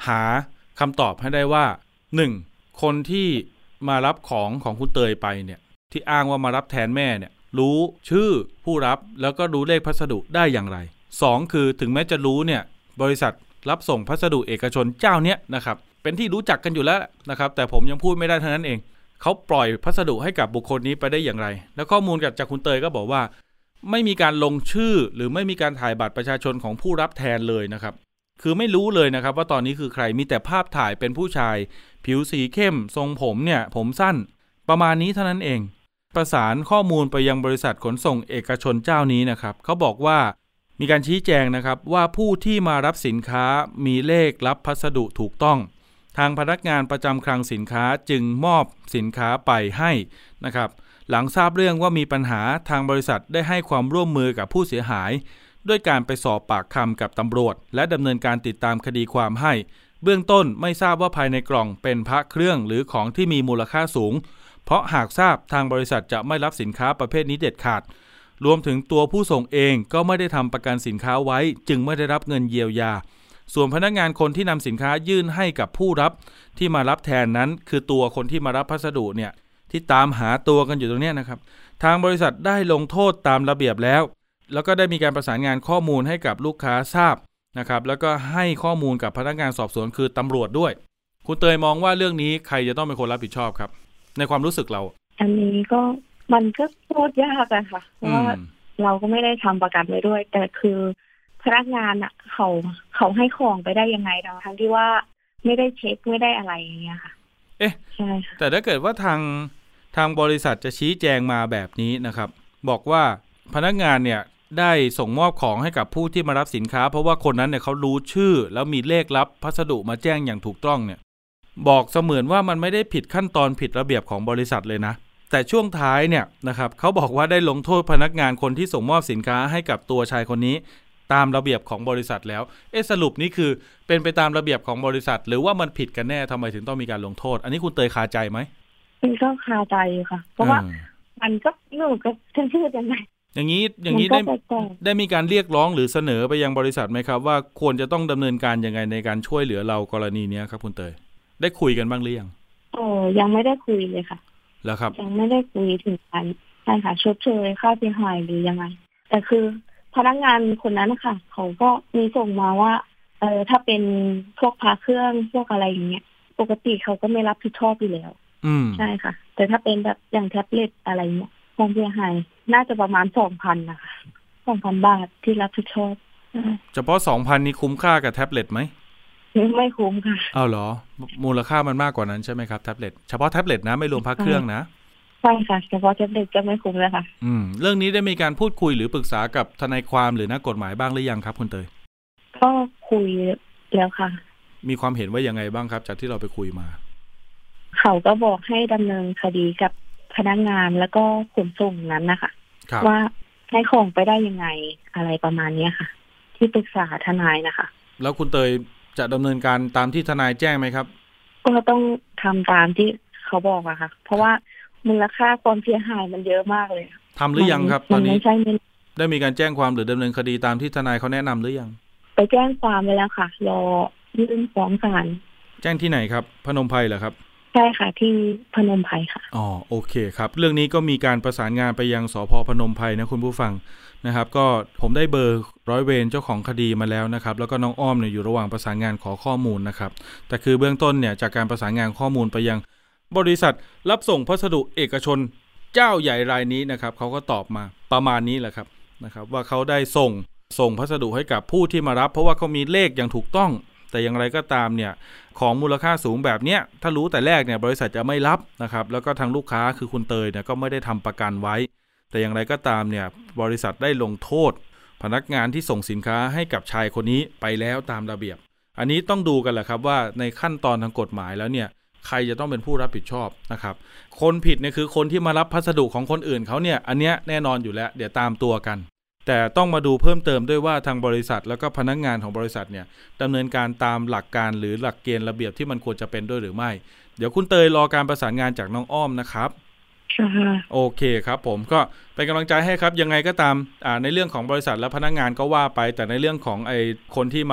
หาคำตอบให้ได้ว่าหนึ่งคนที่มารับของของคุณเตยไปเนี่ยที่อ้างว่ามารับแทนแม่เนี่ยรู้ชื่อผู้รับแล้วก็รู้เลขพัสดุได้อย่างไรสองคือถึงแม้จะรู้เนี่ยบริษัทรับส่งพัสดุเอกชนเจ้าเนี้ยนะครับเป็นที่รู้จักกันอยู่แล้วนะครับแต่ผมยังพูดไม่ได้เท่านั้นเองเขาปล่อยพัสดุให้กับบุคคลนี้ไปได้อย่างไรแล้วข้อมูลจากคุณเตยก็บอกว่าไม่มีการลงชื่อหรือไม่มีการถ่ายบัตรประชาชนของผู้รับแทนเลยนะครับคือไม่รู้เลยนะครับว่าตอนนี้คือใครมีแต่ภาพถ่ายเป็นผู้ชายผิวสีเข้มทรงผมเนี่ยผมสั้นประมาณนี้เท่านั้นเองประสานข้อมูลไปยังบริษัทขนส่งเอกชนเจ้านี้นะครับเขาบอกว่ามีการชี้แจงนะครับว่าผู้ที่มารับสินค้ามีเลขรับพัสดุถูกต้องทางพนักงานประจำคลังสินค้าจึงมอบสินค้าไปให้นะครับหลังทราบเรื่องว่ามีปัญหาทางบริษัทได้ให้ความร่วมมือกับผู้เสียหายด้วยการไปสอบปากคำกับตำรวจและดำเนินการติดตามคดีความให้เบื้องต้นไม่ทราบว่าภายในกล่องเป็นพระเครื่องหรือของที่มีมูลค่าสูงเพราะหากทราบทางบริษัทจะไม่รับสินค้าประเภทนี้เด็ดขาดรวมถึงตัวผู้ส่งเองก็ไม่ได้ทำประกันสินค้าไว้จึงไม่ได้รับเงินเยียวยาส่วนพนักงานคนที่นำสินค้ายื่นให้กับผู้รับที่มารับแทนนั้นคือตัวคนที่มารับพัสดุเนี่ยที่ตามหาตัวกันอยู่ตรงนี้นะครับทางบริษัทได้ลงโทษตามระเบียบแล้วแล้วก็ได้มีการประสานงานข้อมูลให้กับลูกค้าทราบนะครับแล้วก็ให้ข้อมูลกับพนักงานสอบสวนคือตำรวจด้วยคุณเตยมองว่าเรื่องนี้ใครจะต้องเป็นคนรับผิดชอบครับในความรู้สึกเราอันนี้ก็มันก็พูดยากอะค่ะเพราะว่าเราก็ไม่ได้ทำประกันไว้ด้วยแต่คือพนักงานอะเขาเขาให้ของไปได้ยังไงเราทั้งที่ว่าไม่ได้เช็คไม่ได้อะไรอย่างเงี้ยค่ะเอ๊ะใช่ค่ะแต่ถ้าเกิดว่าทางทางบริษัทจะชี้แจงมาแบบนี้นะครับบอกว่าพนักงานเนี่ยได้ส่งมอบของให้กับผู้ที่มารับสินค้าเพราะว่าคนนั้นเนี่ยเขารู้ชื่อแล้วมีเลขรับพัสดุมาแจ้งอย่างถูกต้องเนี่ยบอกเสมือนว่ามันไม่ได้ผิดขั้นตอนผิดระเบียบของบริษัทเลยนะแต่ช่วงท้ายเนี่ยนะครับเขาบอกว่าได้ลงโทษพนักงานคนที่ส่งมอบสินค้าให้กับตัวชายคนนี้ตามระเบียบของบริษัทแล้วเอ๊ะสรุปนี้คือเป็นไปตามระเบียบของบริษัทหรือว่ามันผิดกันแน่ทำไมถึงต้องมีการลงโทษอันนี้คุณเตยคาใจไหมมันก็คาใจค่ะเพราะว่ามันก็หนูก็ชื่อชื่อยังไงอย่างนี้อย่างนี้ได้ได้มีการเรียกร้องหรือเสนอไปยังบริษัทไหมครับว่าควรจะต้องดำเนินการยังไงในการช่วยเหลือเรากรณีนี้ครับคุณเตยได้คุยกันบ้างหรือยังโอ้ยังไม่ได้คุยเลยค่ะแล้วครับยังไม่ได้คุยถึงการการหาชดเชยค่าเสียหายหรือยังไงแต่คือพนักงานคนนั้นนะคะเขาก็มีส่งมาว่าเออถ้าเป็นพวกพาเครื่องพวกอะไรอย่างเงี้ยปกติเขาก็ไม่รับผิดชอบอยู่แล้วอืมใช่ค่ะแต่ถ้าเป็นแบบอย่างแท็บเล็ตอะไรเงี้ยความเสียหายน่าจะประมาณ สองพัน นะคะ สองพัน บาทที่รับผิดชอบเฉพาะ สองพัน นี้คุ้มค่ากับแท็บเล็ตไหมไม่คุ้มค่ะอ้าวเหรอมูลค่ามันมากกว่านั้นใช่ไหมครับแท็บเล็ตเฉพาะแท็บเล็ตนะไม่รวมพักเครื่องนะใช่ค่ะเฉพาะแท็บเล็ตก็ไม่คุ้มแล้วค่ะอืมเรื่องนี้ได้มีการพูดคุยหรือปรึกษากับทนายความหรือนักกฎหมายบ้างหรือยังครับคุณเตยก็คุยแล้วค่ะมีความเห็นว่ายังไงบ้างครับจากที่เราไปคุยมาเขาก็บอกให้ดำเนินคดีกับพนักงานแล้วก็ขนส่งนั้นนะคะว่าให้ของไปได้ยังไงอะไรประมาณนี้ค่ะที่ปรึกษาทนายนะคะแล้วคุณเตยจะดำเนินการตามที่ทนายแจ้งไหมครับก็ต้องทำตามที่เขาบอกอะค่ะเพราะว่ามูลค่าความเสียหายมันเยอะมากเลยทำหรือยังครับตอนนี้ได้มีการแจ้งความหรือดำเนินคดีตามที่ทนายเขาแนะนำหรือยังไปแจ้งความไปแล้วค่ะรอยื่นฟ้องศาลแจ้งที่ไหนครับพนมไพรเหรอครับใช่ค่ะที่พนมไพรค่ะอ๋อโอเคครับเรื่องนี้ก็มีการประสานงานไปยังสภ.พนมไพรนะคุณผู้ฟังนะครับก็ผมได้เบอร์ร้อยเวรเจ้าของคดีมาแล้วนะครับแล้วก็น้องอ้อมเนี่ยอยู่ระหว่างประสานงานขอข้อมูลนะครับแต่คือเบื้องต้นเนี่ยจากการประสานงานข้อมูลไปยังบริษัทรับส่งพัสดุเอกชนเจ้าใหญ่รายนี้นะครับเขาก็ตอบมาประมาณนี้แหละครับนะครับว่าเขาได้ส่งส่งพัสดุให้กับผู้ที่มารับเพราะว่าเขามีเลขอย่างถูกต้องแต่อย่างไรก็ตามเนี่ยของมูลค่าสูงแบบเนี้ยถ้ารู้แต่แรกเนี่ยบริษัทจะไม่รับนะครับแล้วก็ทางลูกค้าคือคุณเตยเนี่ยก็ไม่ได้ทำประกันไว้แต่อย่างไรก็ตามเนี่ยบริษัทได้ลงโทษพนักงานที่ส่งสินค้าให้กับชายคนนี้ไปแล้วตามระเบียบอันนี้ต้องดูกันแหละครับว่าในขั้นตอนทางกฎหมายแล้วเนี่ยใครจะต้องเป็นผู้รับผิดชอบนะครับคนผิดเนี่ยคือคนที่มารับพัสดุของคนอื่นเขาเนี่ยอันเนี้ยแน่นอนอยู่แล้วเดี๋ยวตามตัวกันแต่ต้องมาดูเพิ่มเติมด้วยว่าทางบริษัทแล้วก็พนักงานของบริษัทเนี่ยดำเนินการตามหลักการหรือหลักเกณฑ์ระเบียบที่มันควรจะเป็นด้วยหรือไม่เดี๋ยวคุณเตยรอการประสานงานจากน้องอ้อมนะครับโอเคครับผมก็เป็นกำลังใจให้ครับยังไงก็ตามอ่าในเรื่องของบริษัทและพนักงานก็ว่าไปแต่ในเรื่องของไอ้คนที่มารับ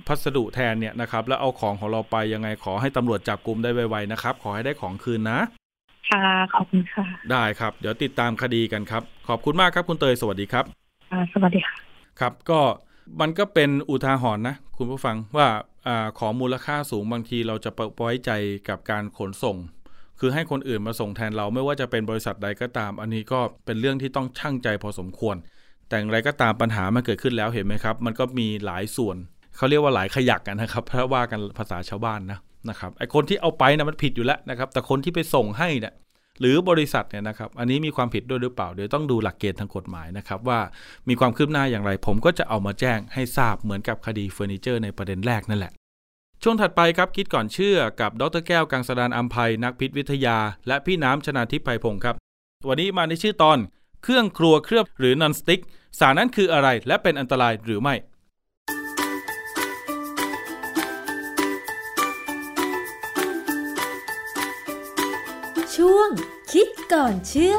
พัสดุแทนเนี่ยนะครับแล้วเอาของของเราไปยังไงขอให้ตำรวจจับกุมได้ไวๆนะครับขอให้ได้ของคืนนะค่ะขอบคุณค่ะได้ครับเดี๋ยวติดตามคดีกันครับขอบคุณมากครับคุณเตยสวัสดีครับค่ะสวัสดีค่ะครับก็มันก็เป็นอุทาหรณ์นะคุณผู้ฟังว่าอ่าของมูลค่าสูงบางทีเราจะไว้ใจกับการขนส่งคือให้คนอื่นมาส่งแทนเราไม่ว่าจะเป็นบริษัทใดก็ตามอันนี้ก็เป็นเรื่องที่ต้องชั่งใจพอสมควรแต่อย่างไรก็ตามปัญหามันเกิดขึ้นแล้วเห็นไหมครับมันก็มีหลายส่วนเขาเรียกว่าหลายขยักกันนะครับถ้าว่ากันภาษาชาวบ้านนะนะครับไอ้คนที่เอาไปนะมันผิดอยู่แล้วนะครับแต่คนที่ไปส่งให้เนี่ยหรือบริษัทเนี่ยนะครับอันนี้มีความผิดด้วยหรือเปล่าเดี๋ยวต้องดูหลักเกณฑ์ทางกฎหมายนะครับว่ามีความคืบหน้าอย่างไรผมก็จะเอามาแจ้งให้ทราบเหมือนกับคดีเฟอร์นิเจอร์ในประเด็นแรกนั่นแหละช่วงถัดไปครับคิดก่อนเชื่อกับดร.แก้วกังสดาลอำไพนักพิษวิทยาและพี่น้ำชนาทิพย์ไพพงศ์ครับวันนี้มาในชื่อตอนเครื่องครัวเคลือบหรือนอนสติ๊กสารนั้นคืออะไรและเป็นอันตรายหรือไม่ช่วงคิดก่อนเชื่อ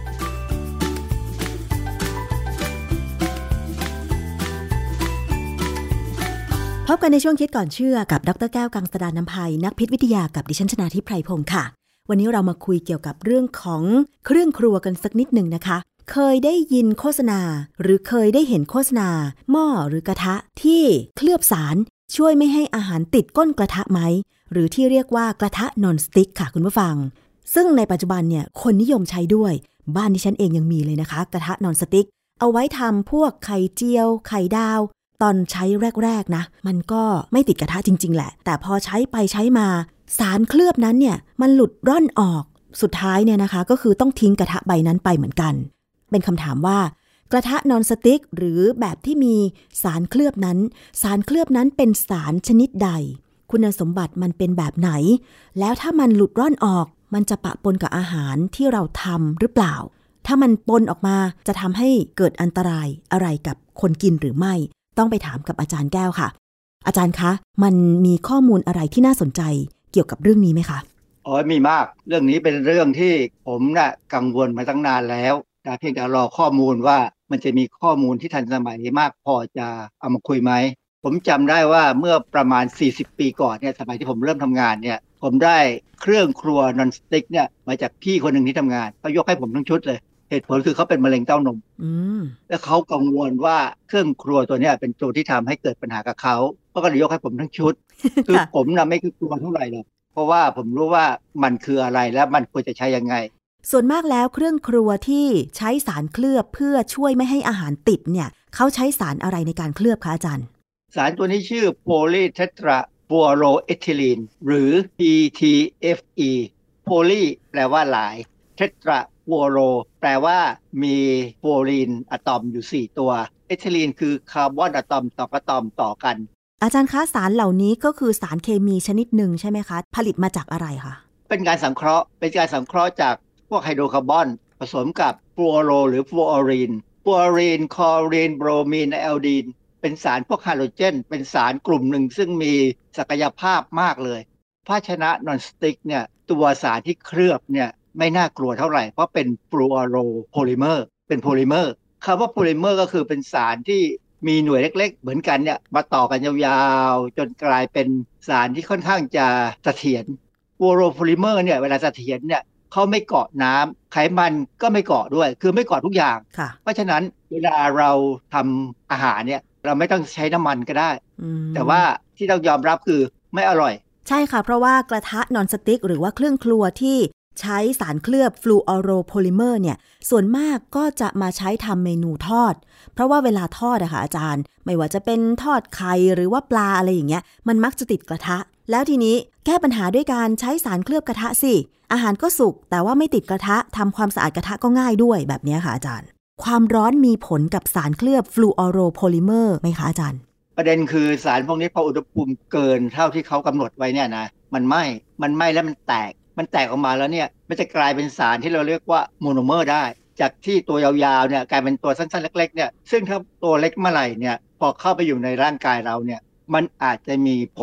พบกันในช่วงคิดก่อนเชื่อกับดร.แก้วกังสดาลอำไพนักพิษวิทยากับดิฉันชนาทิพย์ไพพงศ์ค่ะวันนี้เรามาคุยเกี่ยวกับเรื่องของเครื่องครัวกันสักนิดหนึ่งนะคะเคยได้ยินโฆษณาหรือเคยได้เห็นโฆษณาหม้อหรือกระทะที่เคลือบสารช่วยไม่ให้อาหารติดก้นกระทะไหมหรือที่เรียกว่ากระทะนอนสติ๊กค่ะคุณผู้ฟังซึ่งในปัจจุบันเนี่ยคนนิยมใช้ด้วยบ้านดิฉันเองยังมีเลยนะคะกระทะนอนสติ๊กเอาไว้ทำพวกไข่เจียวไข่ดาวตอนใช้แรกๆนะมันก็ไม่ติดกระทะจริงๆแหละแต่พอใช้ไปใช้มาสารเคลือบนั้นเนี่ยมันหลุดร่อนออกสุดท้ายเนี่ยนะคะก็คือต้องทิ้งกระทะใบนั้นไปเหมือนกันเป็นคำถามว่ากระทะนอนสติ๊กหรือแบบที่มีสารเคลือบนั้นสารเคลือบนั้นเป็นสารชนิดใดคุณสมบัติมันเป็นแบบไหนแล้วถ้ามันหลุดร่อนออกมันจะปะปนกับอาหารที่เราทำหรือเปล่าถ้ามันปนออกมาจะทำให้เกิดอันตรายอะไรกับคนกินหรือไม่ต้องไปถามกับอาจารย์แก้วค่ะอาจารย์คะมันมีข้อมูลอะไรที่น่าสนใจเกี่ยวกับเรื่องนี้ไหมคะอ๋อมีมากเรื่องนี้เป็นเรื่องที่ผมน่ะกังวลมาตั้งนานแล้วแต่เพียงแต่รอข้อมูลว่ามันจะมีข้อมูลที่ทันสมัยมากพอจะเอามาคุยไหมผมจำได้ว่าเมื่อประมาณสี่สิบปีก่อนเนี่ยสมัยที่ผมเริ่มทำงานเนี่ยผมได้เครื่องครัวนอนสติ๊กเนี่ยมาจากพี่คนหนึ่งที่ทำงานเขายกให้ผมทั้งชุดเลยเหตุผลคือเขาเป็นมะเร็งเต้านมแล้วเขากังวลว่าเครื่องครัวตัวนี้เป็นตัวที่ทำให้เกิดปัญหากับเขาก็เลยยกให้ผมทั้งชุด คือผมน่ะไม่กลัวเท่าไหร่หรอกเพราะว่าผมรู้ว่ามันคืออะไรและมันควรจะใช้ยังไงส่วนมากแล้วเครื่องครัวที่ใช้สารเคลือบเพื่อช่วยไม่ให้อาหารติดเนี่ยเขาใช้สารอะไรในการเคลือบคะอาจารย์สารตัวนี้ชื่อโพลีเทตราฟลูออโรเอทิลีนหรือ พี ที เอฟ อี โพลีแปลว่าหลายเทตราฟลูออโรแปลว่ามีฟลูออรีนอะตอมอยู่สี่ตัวเอทิลีนคือคาร์บอนอะตอมต่ออะตอมต่อกันอาจารย์คะสารเหล่านี้ก็คือสารเคมีชนิดหนึ่งใช่ไหมคะผลิตมาจากอะไรคะเป็นการสังเคราะห์เป็นการสังเคราะห์จากพวกไฮโดรคาร์บอนผสมกับฟลูออโรหรือฟลูออรีนฟลูออรีนคลอรีนโบรมีนไอโอดีนเป็นสารพวกไฮโดรเจนเป็นสารกลุ่มหนึ่งซึ่งมีศักยภาพมากเลยภาชนะนอนสติ๊กเนี่ยตัวสารที่เคลือบเนี่ยไม่น่ากลัวเท่าไหร่เพราะเป็นฟลูออโรโพลิเมอร์เป็นโพลิเมอร์คำว่าโพลิเมอร์ก็คือเป็นสารที่มีหน่วยเล็กๆเหมือนกันเนี่ยมาต่อกันยาวๆจนกลายเป็นสารที่ค่อนข้างจะเสถียรฟลูออโรโพลิเมอร์เนี่ยเวลาเสถียรเนี่ยเขาไม่เกาะน้ำไขมันก็ไม่เกาะด้วยคือไม่เกาะทุกอย่างเพราะฉะนั้นเวลาเราทำอาหารเนี่ยเราไม่ต้องใช้น้ำมันก็ได้แต่ว่าที่ต้องยอมรับคือไม่อร่อยใช่ค่ะเพราะว่ากระทะนอนสติ๊กหรือว่าเครื่องครัวที่ใช้สารเคลือบฟลูออโรโพลิเมอร์เนี่ยส่วนมากก็จะมาใช้ทำเมนูทอดเพราะว่าเวลาทอดอะค่ะอาจารย์ไม่ว่าจะเป็นทอดไข่หรือว่าปลาอะไรอย่างเงี้ยมันมักจะติดกระทะแล้วทีนี้แก้ปัญหาด้วยการใช้สารเคลือบกระทะสิอาหารก็สุกแต่ว่าไม่ติดกระทะทำความสะอาดกระทะก็ง่ายด้วยแบบนี้ค่ะอาจารย์ความร้อนมีผลกับสารเคลือบฟลูออโรโพลิเมอร์ไหมคะอาจารย์ประเด็นคือสารพวกนี้พออุณหภูมิเกินเท่าที่เขากำหนดไว้เนี่ยนะมันไหม้มันไหม้แล้วมันแตกมันแตกออกมาแล้วเนี่ยมันจะกลายเป็นสารที่เราเรียกว่าโมโนเมอร์ได้จากที่ตัวยาวๆเนี่ยกลายเป็นตัวสั้นๆเล็กๆเนี่ยซึ่งถ้าตัวเล็กเมื่อไหร่เนี่ยพอเข้าไปอยู่ในร่างกายเราเนี่ยมันอาจจะมีผล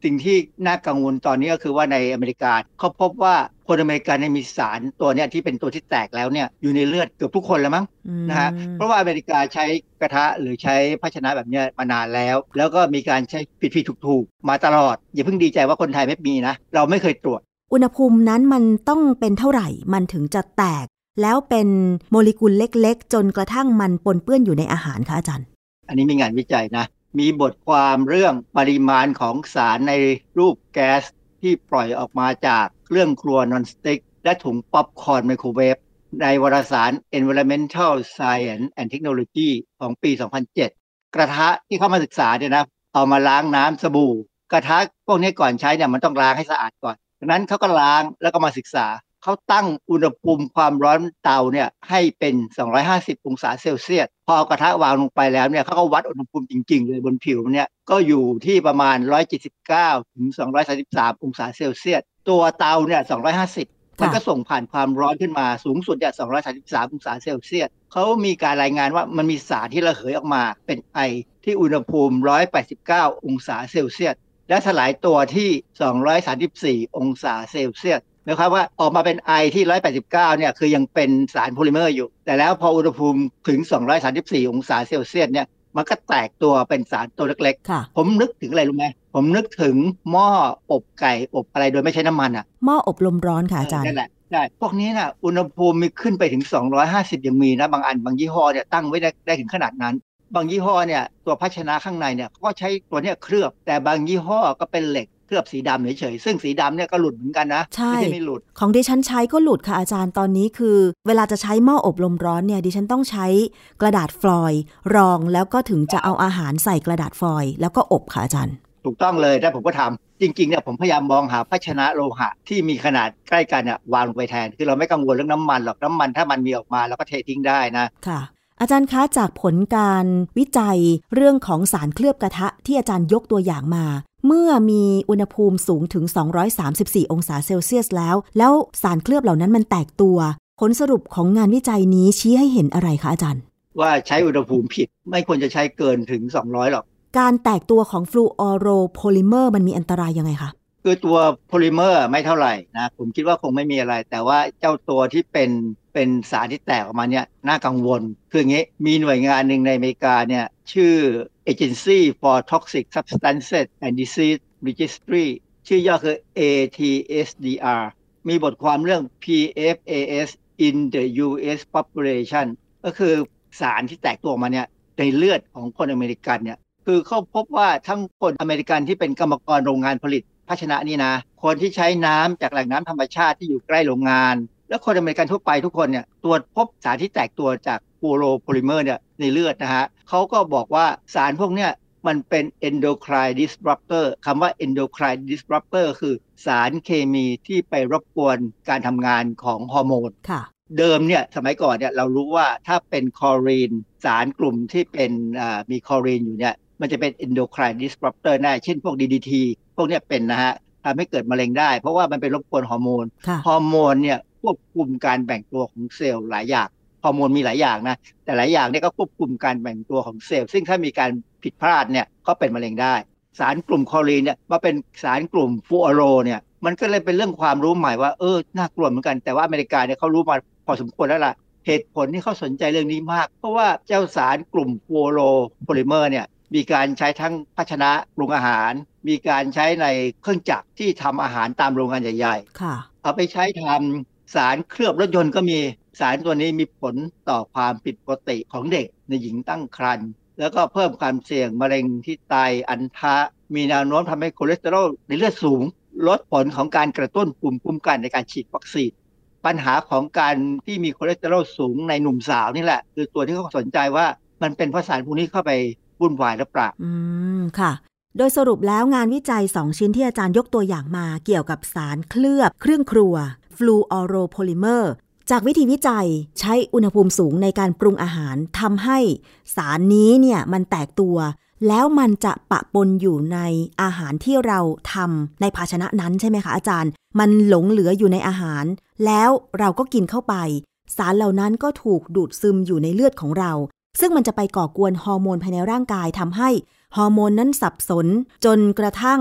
สิ่งที่น่ากังวลตอนนี้ก็คือว่าในอเมริกาเขาพบว่าคนอเมริกันมีสารตัวเนี้ยที่เป็นตัวที่แตกแล้วเนี่ยอยู่ในเลือดเกือบทุกคนแล้วมั้งนะฮะเพราะว่าอเมริกาใช้กระทะหรือใช้ภาชนะแบบนี้มานานแล้วแล้วก็มีการใช้ผิดๆถูกๆมาตลอดอย่าเพิ่งดีใจว่าคนไทยไม่มีนะเราไม่เคยตรวจอุณหภูมินั้นมันต้องเป็นเท่าไหร่มันถึงจะแตกแล้วเป็นโมเลกุลเล็กๆจนกระทั่งมันปนเปื้อนอยู่ในอาหารคะอาจารย์อันนี้มีงานวิจัยนะมีบทความเรื่องปริมาณของสารในรูปแก๊สที่ปล่อยออกมาจากเครื่องครัวนอนสติ๊กและถุงป๊อปคอร์นไมโครเวฟในวารสาร Environmental Science and Technology ของปี สองพันเจ็ด กระทะที่เข้ามาศึกษาเนี่ยนะเอามาล้างน้ำสบู่กระทะพวกนี้ก่อนใช้เนี่ยมันต้องล้างให้สะอาดก่อนดังนั้นเขาก็ล้างแล้วก็มาศึกษาเขาตั้งอุณหภูมิความร้อนเตาเนี่ยให้เป็นสองร้อยห้าสิบองศาเซลเซียสพอกระทะวางลงไปแล้วเนี่ยเขาก็วัดอุณหภูมิจริงๆเลยบนผิวเนี่ยก็อยู่ที่ประมาณหนึ่งร้อยเจ็ดสิบเก้าถึงสองร้อยสามสิบสามองศาเซลเซียสตัวเตาเนี่ยสองร้อยห้าสิบมันก็ส่งผ่านความร้อนขึ้นมาสูงสุดเนี่ยสองร้อยสามสิบสามองศาเซลเซียสเขามีการรายงานว่ามันมีสารที่ระเหยออกมาเป็นไอที่อุณหภูมิหนึ่งร้อยแปดสิบเก้าองศาเซลเซียสและสลายตัวที่สองร้อยสามสิบสี่องศาเซลเซียสนะครับว่าออกมาเป็นไอที่หนึ่งร้อยแปดสิบเก้าเนี่ยคือยังเป็นสารโพลิเมอร์อยู่แต่แล้วพออุณหภูมิถึงสองร้อยสามสิบสี่องศาเซลเซียสเนี่ยมันก็แตกตัวเป็นสารตัวเล็กๆผมนึกถึงอะไรรู้ไหมผมนึกถึงหม้ออบไก่อบอะไรโดยไม่ใช้น้ำมันอ่ะหม้ออบลมร้อนค่ะอาจารย์นั่นแหละใช่พวกนี้น่ะอุณหภูมิมีขึ้นไปถึงสองร้อยห้าสิบยังมีนะบางอันบางยี่ห้อเนี่ยตั้งไว้ได้ได้ถึงขนาดนั้นบางยี่ห้อเนี่ยตัวภาชนะข้างในเนี่ยก็ใช้ตัวเนี้ยเคลือบแต่บางยี่ห้อก็เป็นเหล็กเคลือบสีดำเฉยๆซึ่งสีดำเนี่ยก็หลุดเหมือนกันนะไม่ใช่ไม่หลุดของดิฉันใช้ก็หลุดค่ะอาจารย์ตอนนี้คือเวลาจะใช้หม้ออบลมร้อนเนี่ยดิฉันต้องใช้กระดาษฟลอยด์รองแล้วก็ถึงจะเอาอาหารใส่กระดาษฟลอยด์แล้วก็อบค่ะอาจารย์ถูกต้องเลยแต่ผมก็ทำจริงๆเนี่ยผมพยายามมองหาภาชนะโลหะที่มีขนาดใกล้กันเนี่ยวางลงไปแทนคือเราไม่กังวลเรื่องน้ำมันหรอกน้ำมันถ้ามันมีออกมาเราก็เททิ้งได้นะค่ะอาจารย์คะจากผลการวิจัยเรื่องของสารเคลือบกระทะที่อาจารย์ยกตัวอย่างมาเมื่อมีอุณหภูมิสูงถึงสองร้อยสามสิบสี่องศาเซลเซียสแล้วแล้วสารเคลือบเหล่านั้นมันแตกตัวผลสรุปของงานวิจัยนี้ชี้ให้เห็นอะไรคะอาจารย์ว่าใช้อุณหภูมิผิดไม่ควรจะใช้เกินถึงสองร้อยหรอกการแตกตัวของฟลูออโรโพลิเมอร์มันมีอันตรายยังไงคะคือตัวโพลิเมอร์ไม่เท่าไหร่นะผมคิดว่าคงไม่มีอะไรแต่ว่าเจ้าตัวที่เป็นเป็นสารที่แตกออกมาเนี่ยน่ากังวลคืออย่างงี้มีหน่วยงานหนึ่งในอเมริกาเนี่ยชื่อ Agency for Toxic Substances and Disease Registry ชื่อย่อคือ เอ ที เอส ดี อาร์ มีบทความเรื่อง พี เอฟ เอ เอส in the ยู เอส population ก็คือสารที่แตกตัวออกมาเนี่ยในเลือดของคนอเมริกันเนี่ยคือเขาพบว่าทั้งคนอเมริกันที่เป็นกรรมกรโรงงานผลิตภาชนะนี่นะคนที่ใช้น้ำจากแหล่งน้ำธรรมชาติที่อยู่ใกล้โรงงานและคนอเมริกันทั่วไปทุกคนเนี่ยตรวจพบสารที่แตกตัวจากฟูโรโพลิเมอร์เนี่ยในเลือดนะฮะเขาก็บอกว่าสารพวกเนี้ยมันเป็น endocrine disruptor คำว่า endocrine disruptor คือสารเคมีที่ไปรบกวนการทำงานของฮอร์โมนเดิมเนี่ยสมัยก่อนเนี่ยเรารู้ว่าถ้าเป็นคลอรีนสารกลุ่มที่เป็นมีคลอรีนอยู่เนี่ยมันจะเป็น endocrine disruptor แน่เช่นพวก ดี ดี ที พวกนี้เป็นนะฮะทำให้เกิดมะเร็งได้เพราะว่ามันเป็นรบกวนฮอร์โมนฮอร์โมนเนี่ยควบคุมการแบ่งตัวของเซลล์หลายอย่างฮอร์โมนมีหลายอย่างนะแต่หลายอย่างเนี่ยก็ควบคุมการแบ่งตัวของเซลล์ซึ่งถ้ามีการผิดพลาดเนี่ยก็เป็นมะเร็งได้สารกลุ่มคลอรีนเนี่ยมาเป็นสารกลุ่มฟูออโรเนี่ยมันก็เลยเป็นเรื่องความรู้ใหม่ว่าเออน่ากลัวเหมือนกันแต่ว่าอเมริกาเนี่ยเขารู้มาพอสมควรแล้วล่ะเหตุผลที่เขาสนใจเรื่องนี้มากเพราะว่าเจ้าสารกลุ่มฟูออโรโพลิเมอร์เนี่ยมีการใช้ทั้งภาชนะปรุงอาหารมีการใช้ในเครื่องจักรที่ทำอาหารตามโรงงานใหญ่ๆเอาไปใช้ทำสารเคลือบรถยนต์ก็มีสารตัวนี้มีผลต่อความผิดปกติของเด็กในหญิงตั้งครรภ์แล้วก็เพิ่มความเสี่ยงมะเร็งที่ไตอัณฑะมีแนวโน้มทำให้คอเลสเตอรอลในเลือดสูงลดผลของการกระตุ้นภูมิคุ้มกันในการฉีดวัคซีนปัญหาของการที่มีคอเลสเตอรอลสูงในหนุ่มสาวนี่แหละคือตัวที่เขาสนใจว่ามันเป็นเพราะสารพวกนี้เข้าไปวุ่นวายหรือเปล่าอืมค่ะโดยสรุปแล้วงานวิจัยสองชิ้นที่อาจารย์ยกตัวอย่างมาเกี่ยวกับสารเคลือบเครื่องครัวฟลูออโรโพลิเมอร์จากวิธีวิจัยใช้อุณหภูมิสูงในการปรุงอาหารทำให้สารนี้เนี่ยมันแตกตัวแล้วมันจะปะปนอยู่ในอาหารที่เราทำในภาชนะนั้นใช่ไหมคะอาจารย์มันหลงเหลืออยู่ในอาหารแล้วเราก็กินเข้าไปสารเหล่านั้นก็ถูกดูดซึมอยู่ในเลือดของเราซึ่งมันจะไปก่อกวนฮอร์โมนภายในร่างกายทำให้ฮอร์โมนนั้นสับสนจนกระทั่ง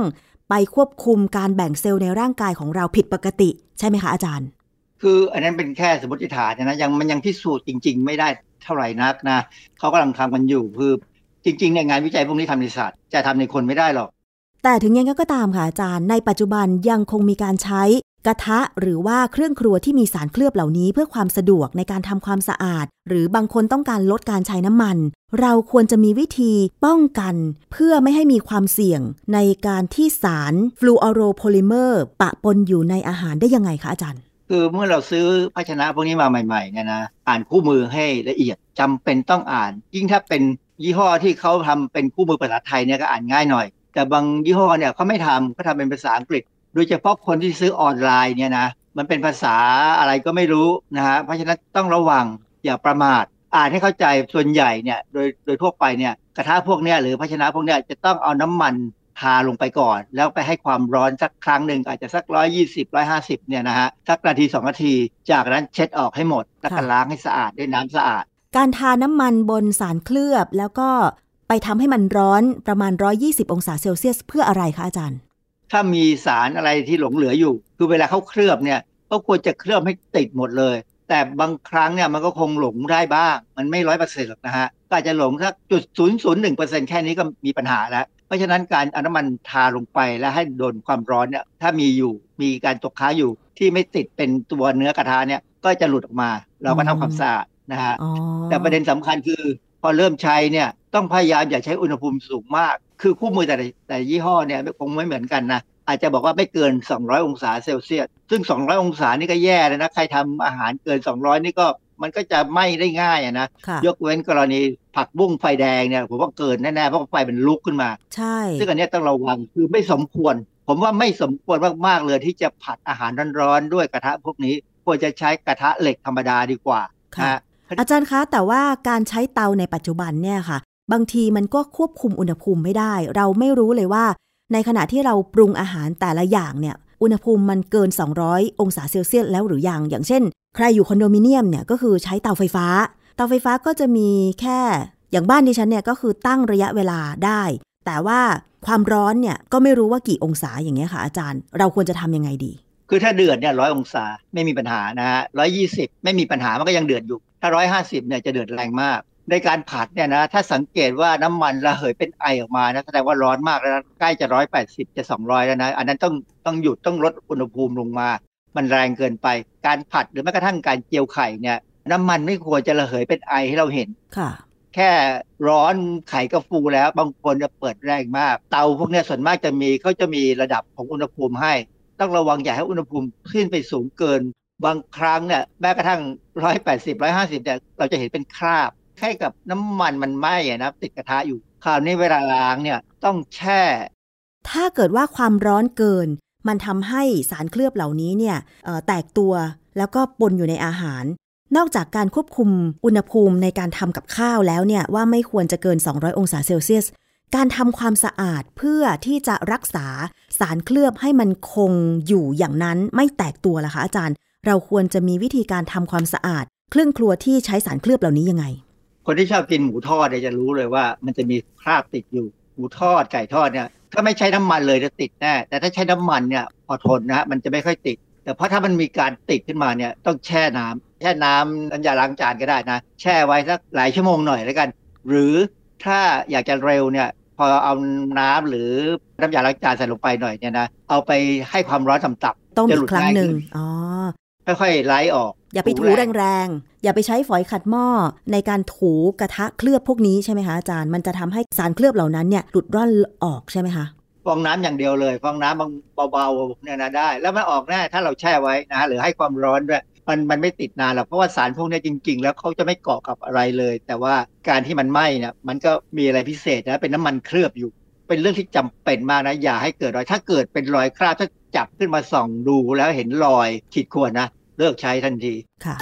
ไปควบคุมการแบ่งเซลล์ในร่างกายของเราผิดปกติใช่ไหมคะอาจารย์คืออันนั้นเป็นแค่สมมติฐานนะยังมันยังพิสูจน์จริงๆไม่ได้เท่าไหร่นักนะเขากำลังทำกันอยู่คือจริงๆในงานวิจัยพวกนี้ทำในสัตว์จะทำในคนไม่ได้หรอกแต่ถึงยังไงก็ตามค่ะอาจารย์ในปัจจุบันยังคงมีการใช้กระทะหรือว่าเครื่องครัวที่มีสารเคลือบเหล่านี้เพื่อความสะดวกในการทำความสะอาดหรือบางคนต้องการลดการใช้น้ำมันเราควรจะมีวิธีป้องกันเพื่อไม่ให้มีความเสี่ยงในการที่สารฟลูออโรโพลิเมอร์ปะปนอยู่ในอาหารได้ยังไงคะอาจารย์คือเมื่อเราซื้อภาชนะพวกนี้มาใหม่ๆเนี่ยนะอ่านคู่มือให้ละเอียดจำเป็นต้องอ่านยิ่งถ้าเป็นยี่ห้อที่เขาทำเป็นคู่มือภาษาไทยเนี่ยก็อ่านง่ายหน่อยแต่บางยี่ห้อเนี่ยเขาไม่ทำเขาทำเป็นภาษาอังกฤษโดยเฉพาะคนที่ซื้อออนไลน์เนี่ยนะมันเป็นภาษาอะไรก็ไม่รู้นะฮะเพราะฉะนั้นต้องระวังอย่าประมาทอ่านให้เข้าใจส่วนใหญ่เนี่ยโดยโดยทั่วไปเนี่ยกระทะพวกเนี้ยหรือภาชนะพวกเนี้ยจะต้องเอาน้ำมันทาลงไปก่อนแล้วไปให้ความร้อนสักครั้งหนึ่งอาจจะสักหนึ่งร้อยยี่สิบ หนึ่งร้อยห้าสิบเนี่ยนะฮะสักนาทีสองนาทีจากนั้นเช็ดออกให้หมดแล้วก็ล้างให้สะอาดด้วยน้ำสะอาดการทาน้ำมันบนสารเคลือบแล้วก็ไปทำให้มันร้อนประมาณหนึ่งร้อยยี่สิบองศาเซลเซียสเพื่ออะไรคะอาจารย์ถ้ามีสารอะไรที่หลงเหลืออยู่คือเวลาเขาเคลือบเนี่ยก็ควรจะเคลือบให้ติดหมดเลยแต่บางครั้งเนี่ยมันก็คงหลงได้บ้างมันไม่ ร้อยเปอร์เซ็นต์ หรอกนะฮะก็อาจจะหลงสัก ศูนย์จุดศูนย์หนึ่งเปอร์เซ็นต์ แค่นี้ก็มีปัญหาแล้วเพราะฉะนั้นการเอาน้ำมันทาลงไปแล้วให้โดนความร้อนเนี่ยถ้ามีอยู่มีการตกค้างอยู่ที่ไม่ติดเป็นตัวเนื้อกระทะเนี่ยก็จะหลุดออกมาเราก็ทำความสะอาดนะฮะแต่ประเด็นสำคัญคือพอเริ่มใช้เนี่ยต้องพยายามอย่าใช้อุณหภูมิสูงมากคือคู่มือแต่แต่ยี่ห้อเนี่ยคงไม่เหมือนกันนะอาจจะบอกว่าไม่เกินสองร้อยองศาเซลเซียสซึ่งสองร้อยองศานี่ก็แย่เลยนะใครทำอาหารเกินสองร้อยนี่ก็มันก็จะไหม้ได้ง่ายนะยกเว้นกรณีผักบุ้งไฟแดงเนี่ยผมว่าเกินแน่ๆเพราะไฟมันลุกขึ้นมาใช่ซึ่งอันนี้ต้องระวังคือไม่สมควรผมว่าไม่สมควรมากๆเลยที่จะผัดอาหารร้อนๆด้วยกระทะพวกนี้ควรจะใช้กระทะเหล็กธรรมดาดีกว่าค่ะอาจารย์คะแต่ว่าการใช้เตาในปัจจุบันเนี่ยค่ะบางทีมันก็ควบคุมอุณหภูมิไม่ได้เราไม่รู้เลยว่าในขณะที่เราปรุงอาหารแต่ละอย่างเนี่ยอุณหภูมิมันเกินสองร้อยองศาเซลเซียสแล้วหรือยังอย่างเช่นใครอยู่คอนโดมิเนียมเนี่ยก็คือใช้เตาไฟฟ้าเตาไฟฟ้าก็จะมีแค่อย่างบ้านดิฉันเนี่ยก็คือตั้งระยะเวลาได้แต่ว่าความร้อนเนี่ยก็ไม่รู้ว่ากี่องศาอย่างเงี้ยค่ะอาจารย์เราควรจะทำยังไงดีคือถ้าเดือดเนี่ยร้อยองศาไม่มีปัญหานะฮะร้อยยี่สิบไม่มีปัญหามันก็ยังเดือดอยู่ถ้าร้อยห้าสิบเนี่ยจะเดือดแรงมากในการผัดเนี่ยนะถ้าสังเกตว่าน้ำมันระเหยเป็นไอออกมานะแสดงว่าร้อนมากแล้วใกล้จะหนึ่งร้อยแปดสิบจะสองร้อยแล้วนะอันนั้นต้องต้องหยุดต้องลดอุณหภูมิลงมามันแรงเกินไปการผัดหรือแม้กระทั่งการเจียวไข่เนี่ยน้ำมันไม่ควรจะระเหยเป็นไอให้เราเห็นค่ะแค่ร้อนไข่ก็ฟูแล้วบางคนจะเปิดแรงมากเตาพวกนี้ส่วนมากจะมีเขาจะมีระดับของอุณหภูมิให้ต้องระวังอย่าให้อุณหภูมิขึ้นไปสูงเกินบางครั้งเนี่ยแม้กระทั่งหนึ่งร้อยแปดสิบ หนึ่งร้อยห้าสิบเนี่ยเราจะเห็นเป็นคราบแค่กับน้ำมันมันไหม้นะติดกระทะอยู่คราวนี้เวลาล้างเนี่ยต้องแช่ถ้าเกิดว่าความร้อนเกินมันทำให้สารเคลือบเหล่านี้เนี่ยแตกตัวแล้วก็ปนอยู่ในอาหารนอกจากการควบคุมอุณหภูมิในการทำกับข้าวแล้วเนี่ยว่าไม่ควรจะเกินสองร้อยองศาเซลเซียสการทำความสะอาดเพื่อที่จะรักษาสารเคลือบให้มันคงอยู่อย่างนั้นไม่แตกตัวล่ะคะอาจารย์เราควรจะมีวิธีการทำความสะอาดเครื่องครัวที่ใช้สารเคลือบเหล่านี้ยังไงคนที่ชอบกินหมูทอดเนี่ยจะรู้เลยว่ามันจะมีคราบติดอยู่หมูทอดไก่ทอดเนี่ยถ้าไม่ใช้น้ำมันเลยจะติดแน่แต่ถ้าใช้น้ำมันเนี่ยพอทนนะฮะมันจะไม่ค่อยติดแต่เพราะถ้ามันมีการติดขึ้นมาเนี่ยต้องแช่น้ำแช่น้ำน้ำยาล้างจานก็ได้นะแช่ไว้สักหลายชั่วโมงหน่อยแล้วกันหรือถ้าอยากจะเร็วเนี่ยพอเอาน้ำหรือน้ำยาล้างจานใส่ลงไปหน่อยเนี่ยนะเอาไปให้ความร้อนต่ำๆต้มอีกครั้งหนึ่งอ๋อค่อยๆไล่ออกอย่าไปถูแรงๆอย่าไปใช้ฝอยขัดหม้อในการถูกระทะเคลือบพวกนี้ใช่ไหมคะอาจารย์มันจะทำให้สารเคลือบเหล่านั้นเนี่ยหลุดร่อนออกใช่ไหมคะฟองน้ำอย่างเดียวเลยฟองน้ำเบาๆเนี่ยนะได้แล้วมันออกแน่ถ้าเราแช่ไว้นะหรือให้ความร้อนด้วยมันมันไม่ติดนานหรอกเพราะว่าสารพวกนี้จริงๆแล้วเขาจะไม่เกาะกับอะไรเลยแต่ว่าการที่มันไหม้เนี่ยมันก็มีอะไรพิเศษนะเป็นน้ำมันเคลือบอยู่เป็นเรื่องที่จำเป็นมากนะอย่าให้เกิดรอยถ้าเกิดเป็นรอยคราบถ้าจับขึ้นมาส่องดูแล้วเห็นรอยขีดข่วนนะเลิกใช้ทันทีค่ะ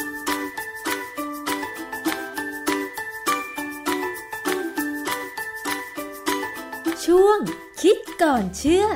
ช่วงคิดก่อนเชื่อ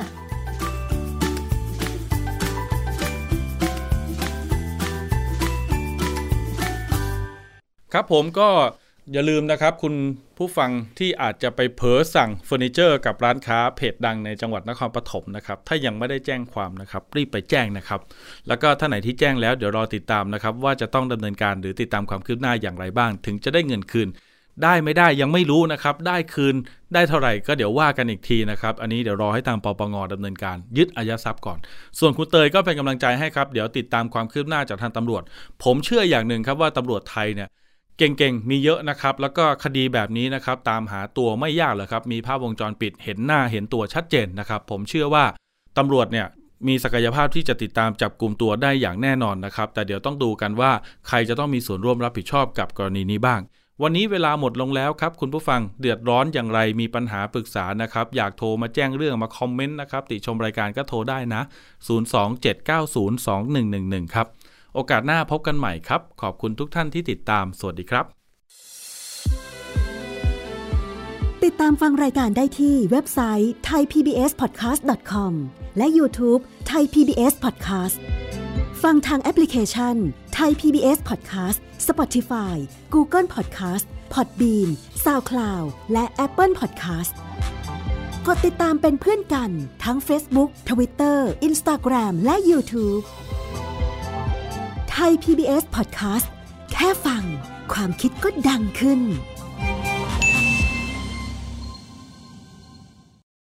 ครับผมก็อย่าลืมนะครับคุณผู้ฟังที่อาจจะไปเผลอสั่งเฟอร์นิเจอร์กับร้านค้าเพจดังในจังหวัดนครปฐมนะครับถ้ายังไม่ได้แจ้งความนะครับรีบไปแจ้งนะครับแล้วก็ถ้าไหนที่แจ้งแล้วเดี๋ยวรอติดตามนะครับว่าจะต้องดำเนินการหรือติดตามความคืบหน้าอย่างไรบ้างถึงจะได้เงินคืนได้ไม่ได้ยังไม่รู้นะครับได้คืนได้เท่าไหร่ก็เดี๋ยวว่ากันอีกทีนะครับอันนี้เดี๋ยวรอให้ทางปปง.ดำเนินการยึดอายัดทรัพย์ก่อนส่วนคุณเตยก็เป็นกำลังใจให้ครับเดี๋ยวติดตามความคืบหน้าจากทางตำรวจผมเชื่ออย่างหนึ่งครับว่าตำรวจไทยเนี่ยเก่งๆมีเยอะนะครับแล้วก็คดีแบบนี้นะครับตามหาตัวไม่ยากเลยครับมีภาพวงจรปิดเห็นหน้าเห็นตัวชัดเจนนะครับผมเชื่อว่าตำรวจเนี่ยมีศักยภาพที่จะติดตามจับกลุ่มตัวได้อย่างแน่นอนนะครับแต่เดี๋ยวต้องดูกันว่าใครจะต้องมีส่วนร่วมรับผิดชอบกับกรณีนี้บ้างวันนี้เวลาหมดลงแล้วครับคุณผู้ฟังเดือดร้อนอย่างไรมีปัญหาปรึกษานะครับอยากโทรมาแจ้งเรื่องมาคอมเมนต์นะครับติชมรายการก็โทรได้นะศูนย์ สอง เจ็ด เก้า ศูนย์ สอง หนึ่ง หนึ่ง หนึ่งครับโอกาสหน้าพบกันใหม่ครับขอบคุณทุกท่านที่ติดตามสวัสดีครับติดตามฟังรายการได้ที่เว็บไซต์ ไทย พี บี เอส พอดแคสต์ ดอท คอม และ YouTube Thai พี บี เอส Podcast ฟังทางแอปพลิเคชัน Thai พี บี เอส Podcast Spotify Google Podcast Podbean SoundCloud และ Apple Podcast กดติดตามเป็นเพื่อนกันทั้ง Facebook Twitter Instagram และ YouTube Thai พี บี เอส Podcast แค่ฟังความคิดก็ดังขึ้น